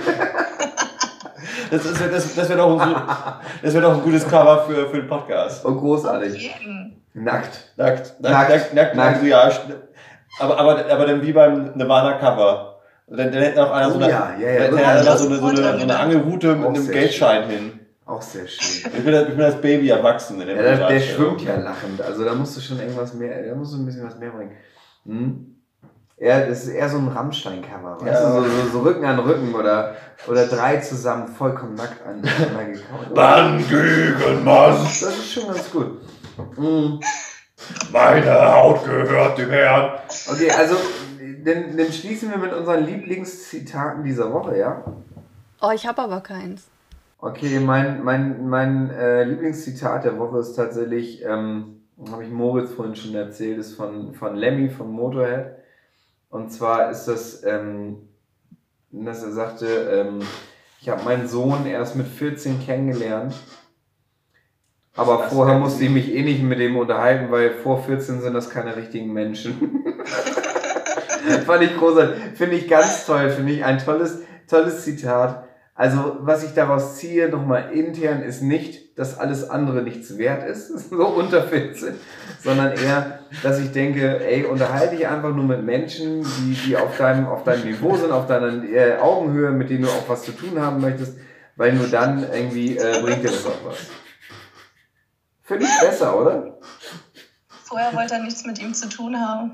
Das, ist, das, das wäre doch, ein gut- das wär doch ein gutes Cover für, für den Podcast. Oh, Auf großartig. jeden. Nackt. Nackt, Nackt. nackt, nackt, nackt, Nackt. nackt. Ja, aber, aber, aber dann wie beim Nirvana-Cover. Dann, dann hätte auch einer so eine, Oh ja, ja, ja. dann hätte Ja, einer das so eine, so eine, so eine Angelrute mit Auch einem sehr Geldschein hin. Auch sehr schön. Ich bin, das, ich bin das Baby erwachsen in der Ja, der, der Darstellung. schwimmt ja lachend. Also da musst du schon irgendwas mehr, da musst du ein bisschen was mehr bringen. Hm? Ja, das ist eher so ein Rammstein-Cover. Weißt Ja. du? So, so, so Rücken an Rücken oder, oder drei zusammen vollkommen nackt aneinander gekaut. Mann gegen Mann, Das ist schon ganz gut. Hm. meine Haut gehört dem Herrn. Okay, also dann, dann schließen wir mit unseren Lieblingszitaten dieser Woche, ja? Oh, ich habe aber keins. Okay, mein, mein, mein äh, Lieblingszitat der Woche ist tatsächlich, ähm, habe ich Moritz vorhin schon erzählt, ist von, von Lemmy von Motorhead. Und zwar ist das, ähm, dass er sagte, ähm, ich habe meinen Sohn erst mit vierzehn kennengelernt. Aber Das vorher kann musste ich mich eh nicht mit dem unterhalten, weil vor vierzehn sind das keine richtigen Menschen. Fand ich großartig. Finde ich ganz toll. Finde ich ein tolles, tolles Zitat. Also, was ich daraus ziehe, nochmal intern, ist nicht, dass alles andere nichts wert ist, so unter vierzehn, sondern eher, dass ich denke, ey, unterhalte dich einfach nur mit Menschen, die, die auf deinem, auf deinem Niveau sind, auf deiner äh, Augenhöhe, mit denen du auch was zu tun haben möchtest, weil nur dann irgendwie äh, bringt dir das auch was. Finde ich besser, oder? Vorher wollte er nichts mit ihm zu tun haben.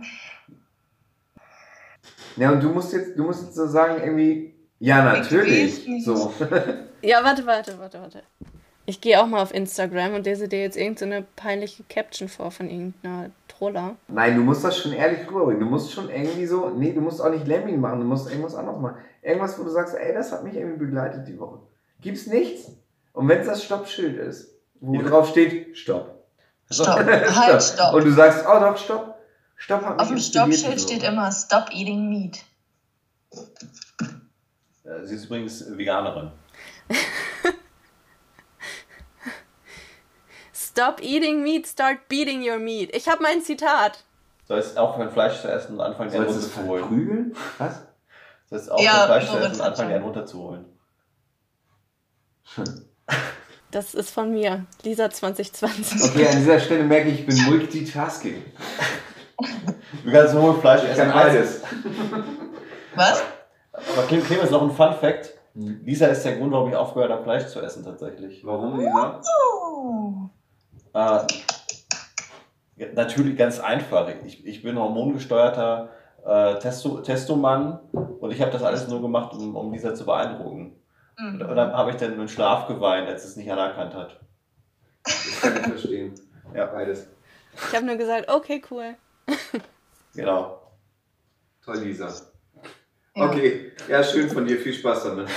Ja, und du musst jetzt, du musst jetzt so sagen, irgendwie, ja, natürlich. So. Ja, warte, warte, warte, warte. Ich gehe auch mal auf Instagram und lese dir jetzt irgendeine peinliche Caption vor von irgendeiner Troller. Nein, du musst das schon ehrlich rüberbringen. Du musst schon irgendwie so, nee, du musst auch nicht Lemming machen, du musst irgendwas anderes machen. Irgendwas, wo du sagst, ey, das hat mich irgendwie begleitet die Woche. Gibt's nichts? Und wenn es das Stoppschild ist, wo ja. drauf steht, Stopp. Stopp, halt, stopp. Und du sagst, oh doch, Stopp. Stopp hat mich Auf dem Stoppschild steht immer Stop eating meat. Sie ist übrigens Veganerin. Stop eating meat, start beating your meat. Ich habe mein Zitat. Soll es aufhören, Fleisch zu essen und anfangen, die einen runterzuholen? Prügeln? Was? Soll es aufhören, Ja, Fleisch zu so essen und wird's anfangen, die schon. einen runterzuholen? Das ist von mir, Lisa zwanzig zwanzig. Okay, an dieser Stelle merke ich, ich bin Multitasking. Du kannst sowohl Fleisch Ich essen kann als... alles. Was? Aber Clem, Clem ist noch ein Fun Fact. Lisa ist der Grund, warum ich aufgehört habe, Fleisch zu essen tatsächlich. Warum, Lisa? Oh. Äh, ja, natürlich ganz einfach. Ich, ich bin hormongesteuerter äh, Testo, Testomann und ich habe das alles nur gemacht, um, um Lisa zu beeindrucken. Mhm. Und dann habe ich dann in Schlaf geweint, als sie es nicht anerkannt hat. Das kann ich verstehen. Ja, beides. Ich habe nur gesagt, okay, cool. Genau. Toll, Lisa. Ja. Okay, ja, schön von dir. Viel Spaß damit.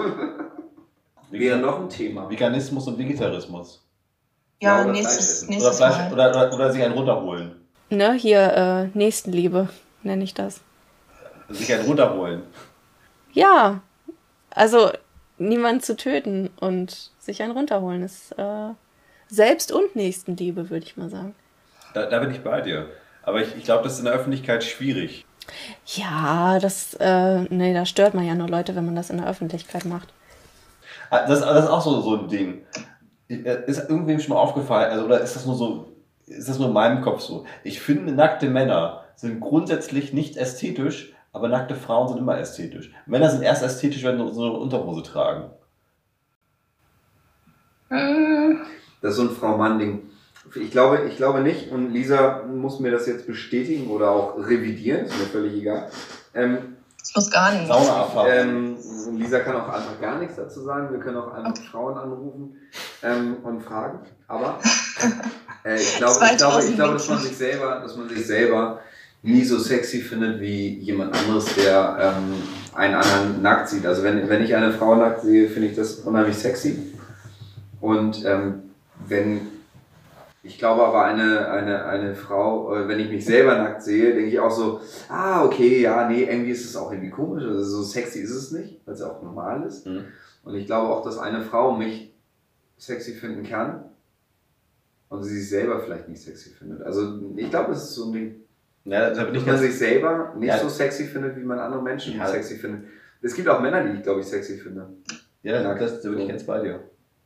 Wäre noch ein Thema. Veganismus und Vegetarismus. Ja, Ja, oder nächstes, Fleisch essen. Oder, nächstes Fleisch, Mal. oder, oder, oder sich einen runterholen. Ne, hier, äh, Nächstenliebe nenne ich das. Sich einen runterholen. Ja, also niemanden zu töten und sich einen runterholen ist äh, Selbst- und Nächstenliebe, würde ich mal sagen. Da, da bin ich bei dir. Aber ich, ich glaube, das ist in der Öffentlichkeit schwierig. Ja, das, äh, nee, da stört man ja nur Leute, wenn man das in der Öffentlichkeit macht. Ah, Das, das ist auch so, so ein Ding. Ist irgendwem schon mal aufgefallen, also, oder ist das nur so, ist das nur in meinem Kopf so? Ich finde, nackte Männer sind grundsätzlich nicht ästhetisch, aber nackte Frauen sind immer ästhetisch. Männer sind erst ästhetisch, wenn sie so eine Unterhose tragen. Hm, Das ist so ein Frau-Mann-Ding. Ich glaube, ich glaube nicht, und Lisa muss mir das jetzt bestätigen oder auch revidieren, ist mir völlig egal. Ähm, das muss gar nicht. Saunaerfahrung. ähm, Lisa kann auch einfach gar nichts dazu sagen. Wir können auch einfach Frauen anrufen ähm, und fragen. Aber äh, ich, glaube, ich, glaube, ich glaube, dass man sich selber, dass man sich selber nie so sexy findet wie jemand anderes, der ähm, einen anderen nackt sieht. Also wenn, wenn ich eine Frau nackt sehe, finde ich das unheimlich sexy. Und ähm, wenn ich glaube aber eine, eine, eine Frau, äh, wenn ich mich selber nackt sehe, denke ich auch so, ah, okay, ja, nee, irgendwie ist es auch irgendwie komisch, also so sexy ist es nicht, weil es ja auch normal ist. Mhm. Und ich glaube auch, dass eine Frau mich sexy finden kann und sie sich selber vielleicht nicht sexy findet. Also ich glaube, das ist so ein Ding, Ja, da bin ich dass man ganz, sich selber nicht Ja. so sexy findet, wie man andere Menschen Ja. sexy findet. Es gibt auch Männer, die ich, glaube ich, sexy finde. ja, das, da bin ich ganz bei dir.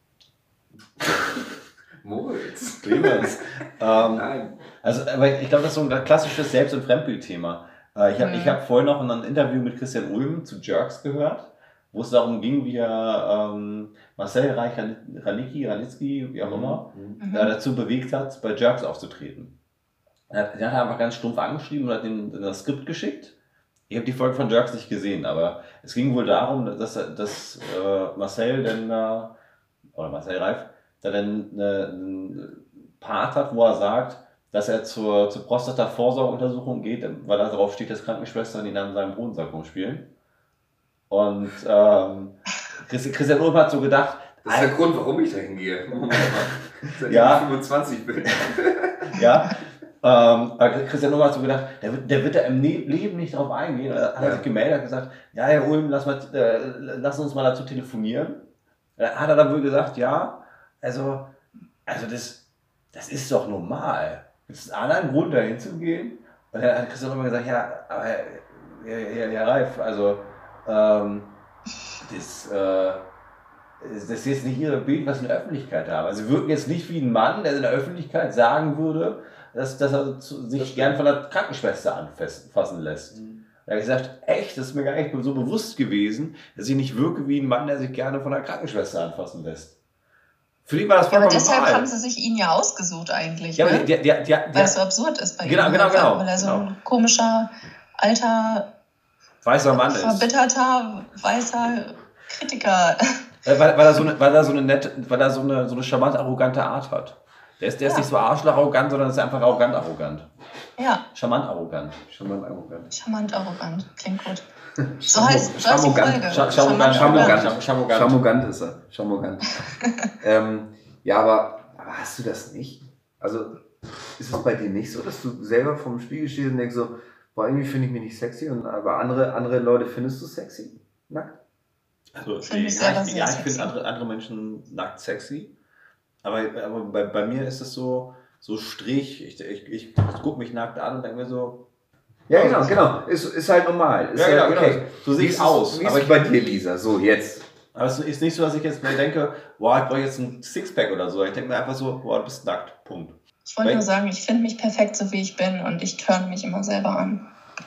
Moritz. Clemens. ähm, Nein. Also, aber ich glaube, das ist so ein klassisches Selbst- und Fremdbildthema. Äh, ich habe Mhm. ich hab vorhin noch ein Interview mit Christian Ulm zu Jerks gehört, wo es darum ging, wie er ähm, Marcel Reich, Ranicki, Ranitzky, wie auch immer, Mhm. äh, dazu bewegt hat, bei Jerks aufzutreten. Er hat, der hat einfach ganz stumpf angeschrieben und hat ihm das Skript geschickt. Ich habe die Folge von Jerks nicht gesehen, aber es ging wohl darum, dass, dass äh, Marcel dann, äh, oder Marcel Reif, da dann eine, einen Part hat, wo er sagt, dass er zur, zur Prostata-Vorsorgeuntersuchung geht, weil da darauf steht, dass Krankenschwestern ihn an seinem Hodensack rumspielen. Und ähm, Christian Ulm hat so gedacht, Das ist der Grund, warum ich da hingehe. Seit Ja. ich fünfundzwanzig bin. ja, Ähm, aber Christian Ulm hat so gedacht, der, wird- der wird da im Ne- Leben nicht drauf eingehen. Da hat er Ja. sich gemeldet und gesagt, ja, Herr Ulm, lass, mal, äh, lass uns mal dazu telefonieren. Da hat er dann wohl gesagt, ja, also, also das, das ist doch normal. Gibt es einen anderen Grund, da hinzugehen? Und dann hat Christian Ulm gesagt, ja, aber Herr, Herr, Herr Reif, also, ähm, das, äh, das ist jetzt nicht Ihr Bild, was Sie in der Öffentlichkeit haben. Also Sie wirken jetzt nicht wie ein Mann, der in der Öffentlichkeit sagen würde, dass, dass er zu, sich gern von der Krankenschwester anfassen lässt. Mhm. Da habe ich gesagt, echt, das ist mir gar nicht so bewusst gewesen, dass ich nicht wirke wie ein Mann, der sich gerne von der Krankenschwester anfassen lässt. Für ihn war das Ja, aber vollkommen deshalb normal. haben sie sich ihn ja ausgesucht eigentlich, Ja, aber ne? der, der, der, Weil der es so absurd ist bei Genau, ihm. genau, einfach, genau, Weil er so genau. ein komischer, alter, weißer Mann ist. verbitterter, weißer Kritiker. Weil, weil er so eine, weil er so eine nette, weil er so eine, so eine charmant arrogante Art hat. Der ist, der ist Ja. nicht so arschloch-arrogant, sondern ist einfach arrogant arrogant. Ja, Charmant arrogant. Charmant arrogant. charmant arrogant. Klingt gut. So heißt, so heißt die Charmogant. Folge. Scha- Charmant, Charmant charmant, arrogant. charmant. Charmogant ist er. Charmogant. ähm, ja, aber, aber hast du das nicht? Also, ist es bei dir nicht so, dass du selber vorm Spiegel stehst und denkst so, boah, irgendwie finde ich mich nicht sexy, und aber andere, andere Leute findest du sexy? Nackt? Also, Finde ich ja, selber ich, sehr ja, ich sexy. finde andere, andere Menschen nackt sexy. Aber, aber bei, bei mir ist es so, so Strich. Ich, ich, ich gucke mich nackt an und denke mir so, Ja, genau, genau. Ist, ist halt normal. Ist Ja, halt, genau, okay. genau. So sehe Wie ich ist aus. es- Wie ist Aber es ich- bei dir, Lisa? So, jetzt. aber es ist nicht so, dass ich jetzt mir denke, boah, ich brauche jetzt ein Sixpack oder so. Ich denke mir einfach so, boah, du bist nackt. Punkt. Ich wollte Weil- nur sagen, ich finde mich perfekt, so wie ich bin, und ich turn mich immer selber an.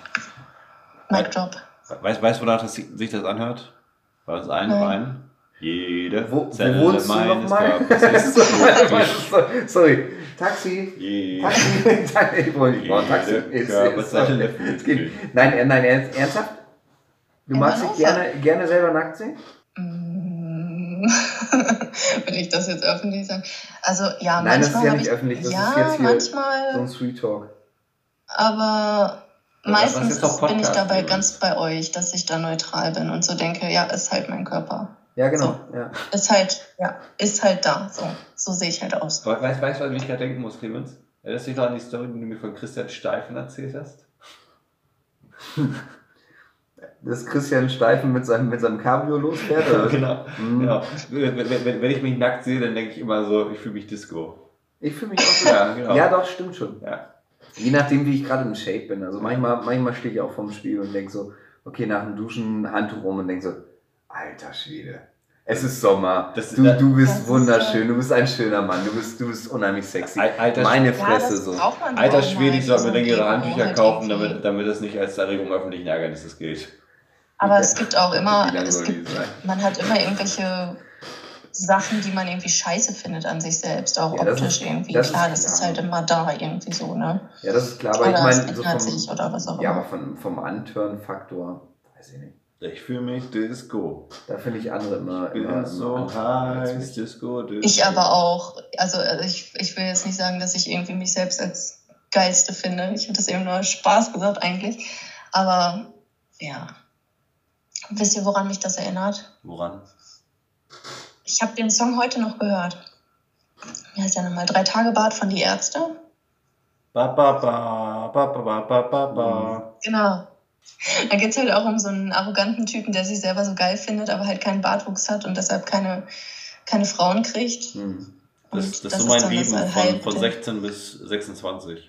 Mic drop. Weißt du, wonach das, sich das anhört? War das ein Nein. Verein? Jede Wo, Zelle wo wohnst du meines nochmal? Körpers ist Sorry. Taxi. Jede Taxi. Taxi. Ich wollte nicht bauen. Taxi. Jede Ist- Körperzelle ist- fühlt es geht. sich. Nein, äh, nein, ernst- ernsthaft? Du Immer magst dich noch? gerne, gerne selber nackt sehen? Mm. Will ich das jetzt öffentlich sagen? Also, ja, Nein, das ist manchmal ja hab nicht ich, öffentlich, das ja, ist jetzt hier manchmal, so ein Sweet Talk. aber das meistens ist doch ist, bin ich Podcast, dabei Jungs. ganz bei euch, dass ich da neutral bin und so denke, ja, ist halt mein Körper. Ja, genau. Ja. Ist halt, ja, ist halt da. So, so sehe ich halt aus. Weißt du, weißt, was ich gerade denken muss, Clemens? Erinnerst du dich noch an die Story, die du mir von Christian Steifen erzählt hast? Dass Christian Steifen mit seinem, mit seinem Cabrio losfährt? Oder? genau. Mhm. genau. Wenn, wenn, wenn, wenn ich mich nackt sehe, dann denke ich immer so, ich fühle mich Disco. Ich fühle mich auch so. Ja, genau. Ja, doch, stimmt schon. Ja. Je nachdem, wie ich gerade im Shape bin. Also manchmal, manchmal stehe ich auch vorm Spiegel und denke so, okay, nach dem Duschen Handtuch rum und denke so, alter Schwede. Es ist Sommer. Das- du, du Das bist ist wunderschön. Du bist ein schöner Mann. Du bist, du bist unheimlich sexy. Al- alter Meine Ja, Fresse das so. braucht man Alter auch Schwede, mal ich sollte mir für dann so ein ihre Ego Handtücher halt kaufen, irgendwie. damit, damit es nicht als Erregung öffentlichen Ärgernisses gilt. Aber es gibt auch immer, Wie lange es soll gibt, die sein? man hat immer irgendwelche Sachen, die man irgendwie scheiße findet an sich selbst, auch Ja, das optisch ist- irgendwie. das Klar, ist das ist klar. halt immer da irgendwie so, ne? Ja, das ist klar. Aber Oder ich es meine, so ändert vom, sich oder was auch ja, immer. aber vom, vom Anturn-Faktor, weiß ich nicht. Ich fühle mich Disco. Da finde ich andere immer, Ich bin immer, so immer als heiß, mich. Disco, Disco. Ich aber auch. Also äh, ich, ich will jetzt nicht sagen, dass ich irgendwie mich selbst als Geilste finde. Ich habe das eben nur als Spaß gesagt eigentlich. Aber ja. Wisst ihr, woran mich das erinnert? Woran? Ich habe den Song heute noch gehört. Wie heißt der nochmal? Drei Tage Bad von Die Ärzte? Ba, ba, ba, ba, ba, ba, ba, ba, ba. Genau. Da geht es halt auch um so einen arroganten Typen, der sich selber so geil findet, aber halt keinen Bartwuchs hat und deshalb keine, keine Frauen kriegt. Hm. Das, Und das ist so mein dann Leben das von, halt- von sechzehn bis sechsundzwanzig.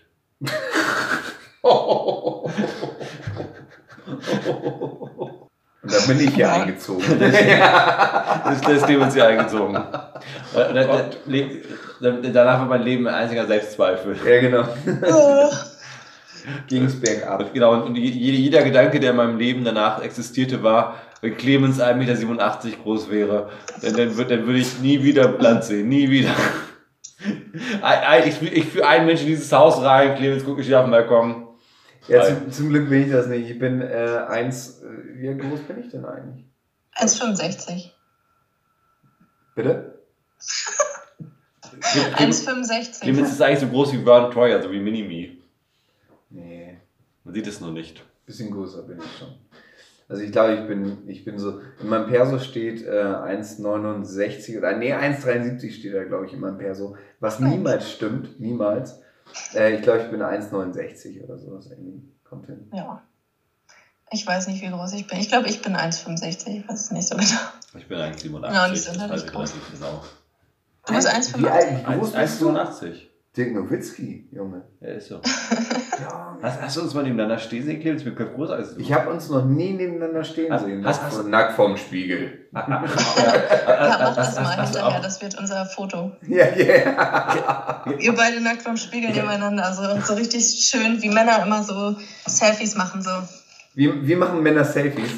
Und da bin ich hier Ja. eingezogen. Das, das ist Clemens hier eingezogen. Äh, da- da- le- Danach war mein Leben ein einziger Selbstzweifel. Ja, genau. Äh, Ging es bergab. Genau, und je- jeder Gedanke, der in meinem Leben danach existierte, war, wenn Clemens ein Meter siebenundachtzig groß wäre, dann, dann, würd, dann würde ich nie wieder Land sehen, nie wieder. Ein- ein- Ich, ich führe einen Menschen in dieses Haus rein, Clemens guckt mich auf den Balkon. Ja, Nein. zum, zum Glück bin ich das nicht. Ich bin äh, eins. Äh, wie groß bin ich denn eigentlich? eins Komma fünfundsechzig. Bitte? Clemens, eins Komma fünfundsechzig. Clemens ist eigentlich so groß wie Vern Troyer, so wie Mini-Me. Nee, Man sieht es nur nicht. bisschen größer bin ich schon. Also ich glaube, ich bin, ich bin so, in meinem Perso steht äh, eins Komma neunundsechzig oder nee, eins Komma dreiundsiebzig steht da, glaube ich, in meinem Perso, was niemals stimmt, niemals. Äh, ich glaube, ich bin eins Komma neunundsechzig oder sowas. Kommt hin. Ja. Ich weiß nicht, wie groß ich bin. Ich glaube, ich bin eins Komma fünfundsechzig. Ich weiß es nicht so genau. Ich bin eins Komma Ja, siebenundachtzig. die sind das halt weiß nicht ich groß. relativ genau. Du bist eins Komma Wie fünfundachtzig. alt, wie groß eins bist du? Komma fünfundachtzig. Dirk Nowitzki, Junge. Ja, ist so. Ja. Hast, hast du uns mal nebeneinander stehen sehen, Clemens? Wir können groß als du. Ich habe uns noch nie nebeneinander stehen Hast- sehen. hast- Nackt- hast- nackt vorm Spiegel. Ja, mach das mal hast du hinterher. auch- Das wird unser Foto. Ja, ja. Ihr beide nackt vorm Spiegel nebeneinander. Also so richtig schön, wie Männer immer so Selfies machen. So. Wir, wir machen Männer Selfies.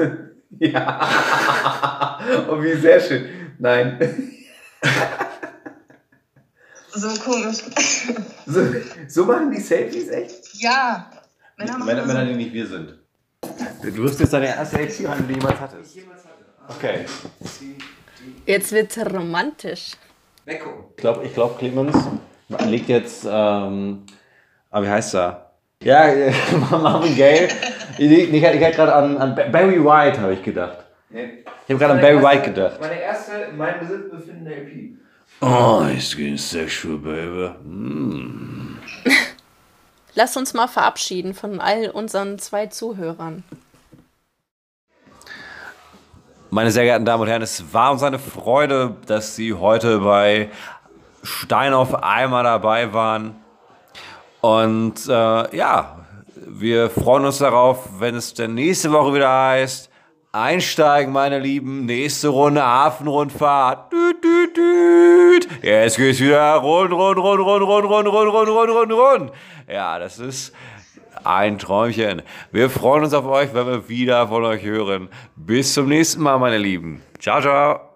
Ja. Oh, wie sehr schön. Nein. So komisch. So, so machen die Selfies echt? Ja. Männer machen Männer, das Männer, so. die nicht wir sind. Du wirst jetzt deine erste Selfie rein, die du jemals hattest. Okay. Jetzt wird's romantisch. Weggucken. Ich glaube, ich glaub, Clemens legt jetzt, ähm, ah, wie heißt er? Ja, Marvin Gaye. Ich, ich, ich hatte gerade an, an Barry White, habe ich gedacht. Nee. Ich habe gerade an Barry White gedacht. Meine erste, in meinem Besitz befindende L P. Oh, it's getting sexual, baby. Mm. Lass uns mal verabschieden von all unseren zwei Zuhörern. Meine sehr geehrten Damen und Herren, es war uns eine Freude, dass Sie heute bei Stein auf Eimer dabei waren. Und äh, ja, wir freuen uns darauf, wenn es dann nächste Woche wieder heißt, einsteigen, meine Lieben, nächste Runde Hafenrundfahrt. Düt, düt, düt. Jetzt geht's wieder rund, rund, rund, rund, rund, rund, rund, rund, rund, rund, rund. Ja, das ist ein Träumchen. Wir freuen uns auf euch, wenn wir wieder von euch hören. Bis zum nächsten Mal, meine Lieben. Ciao, ciao.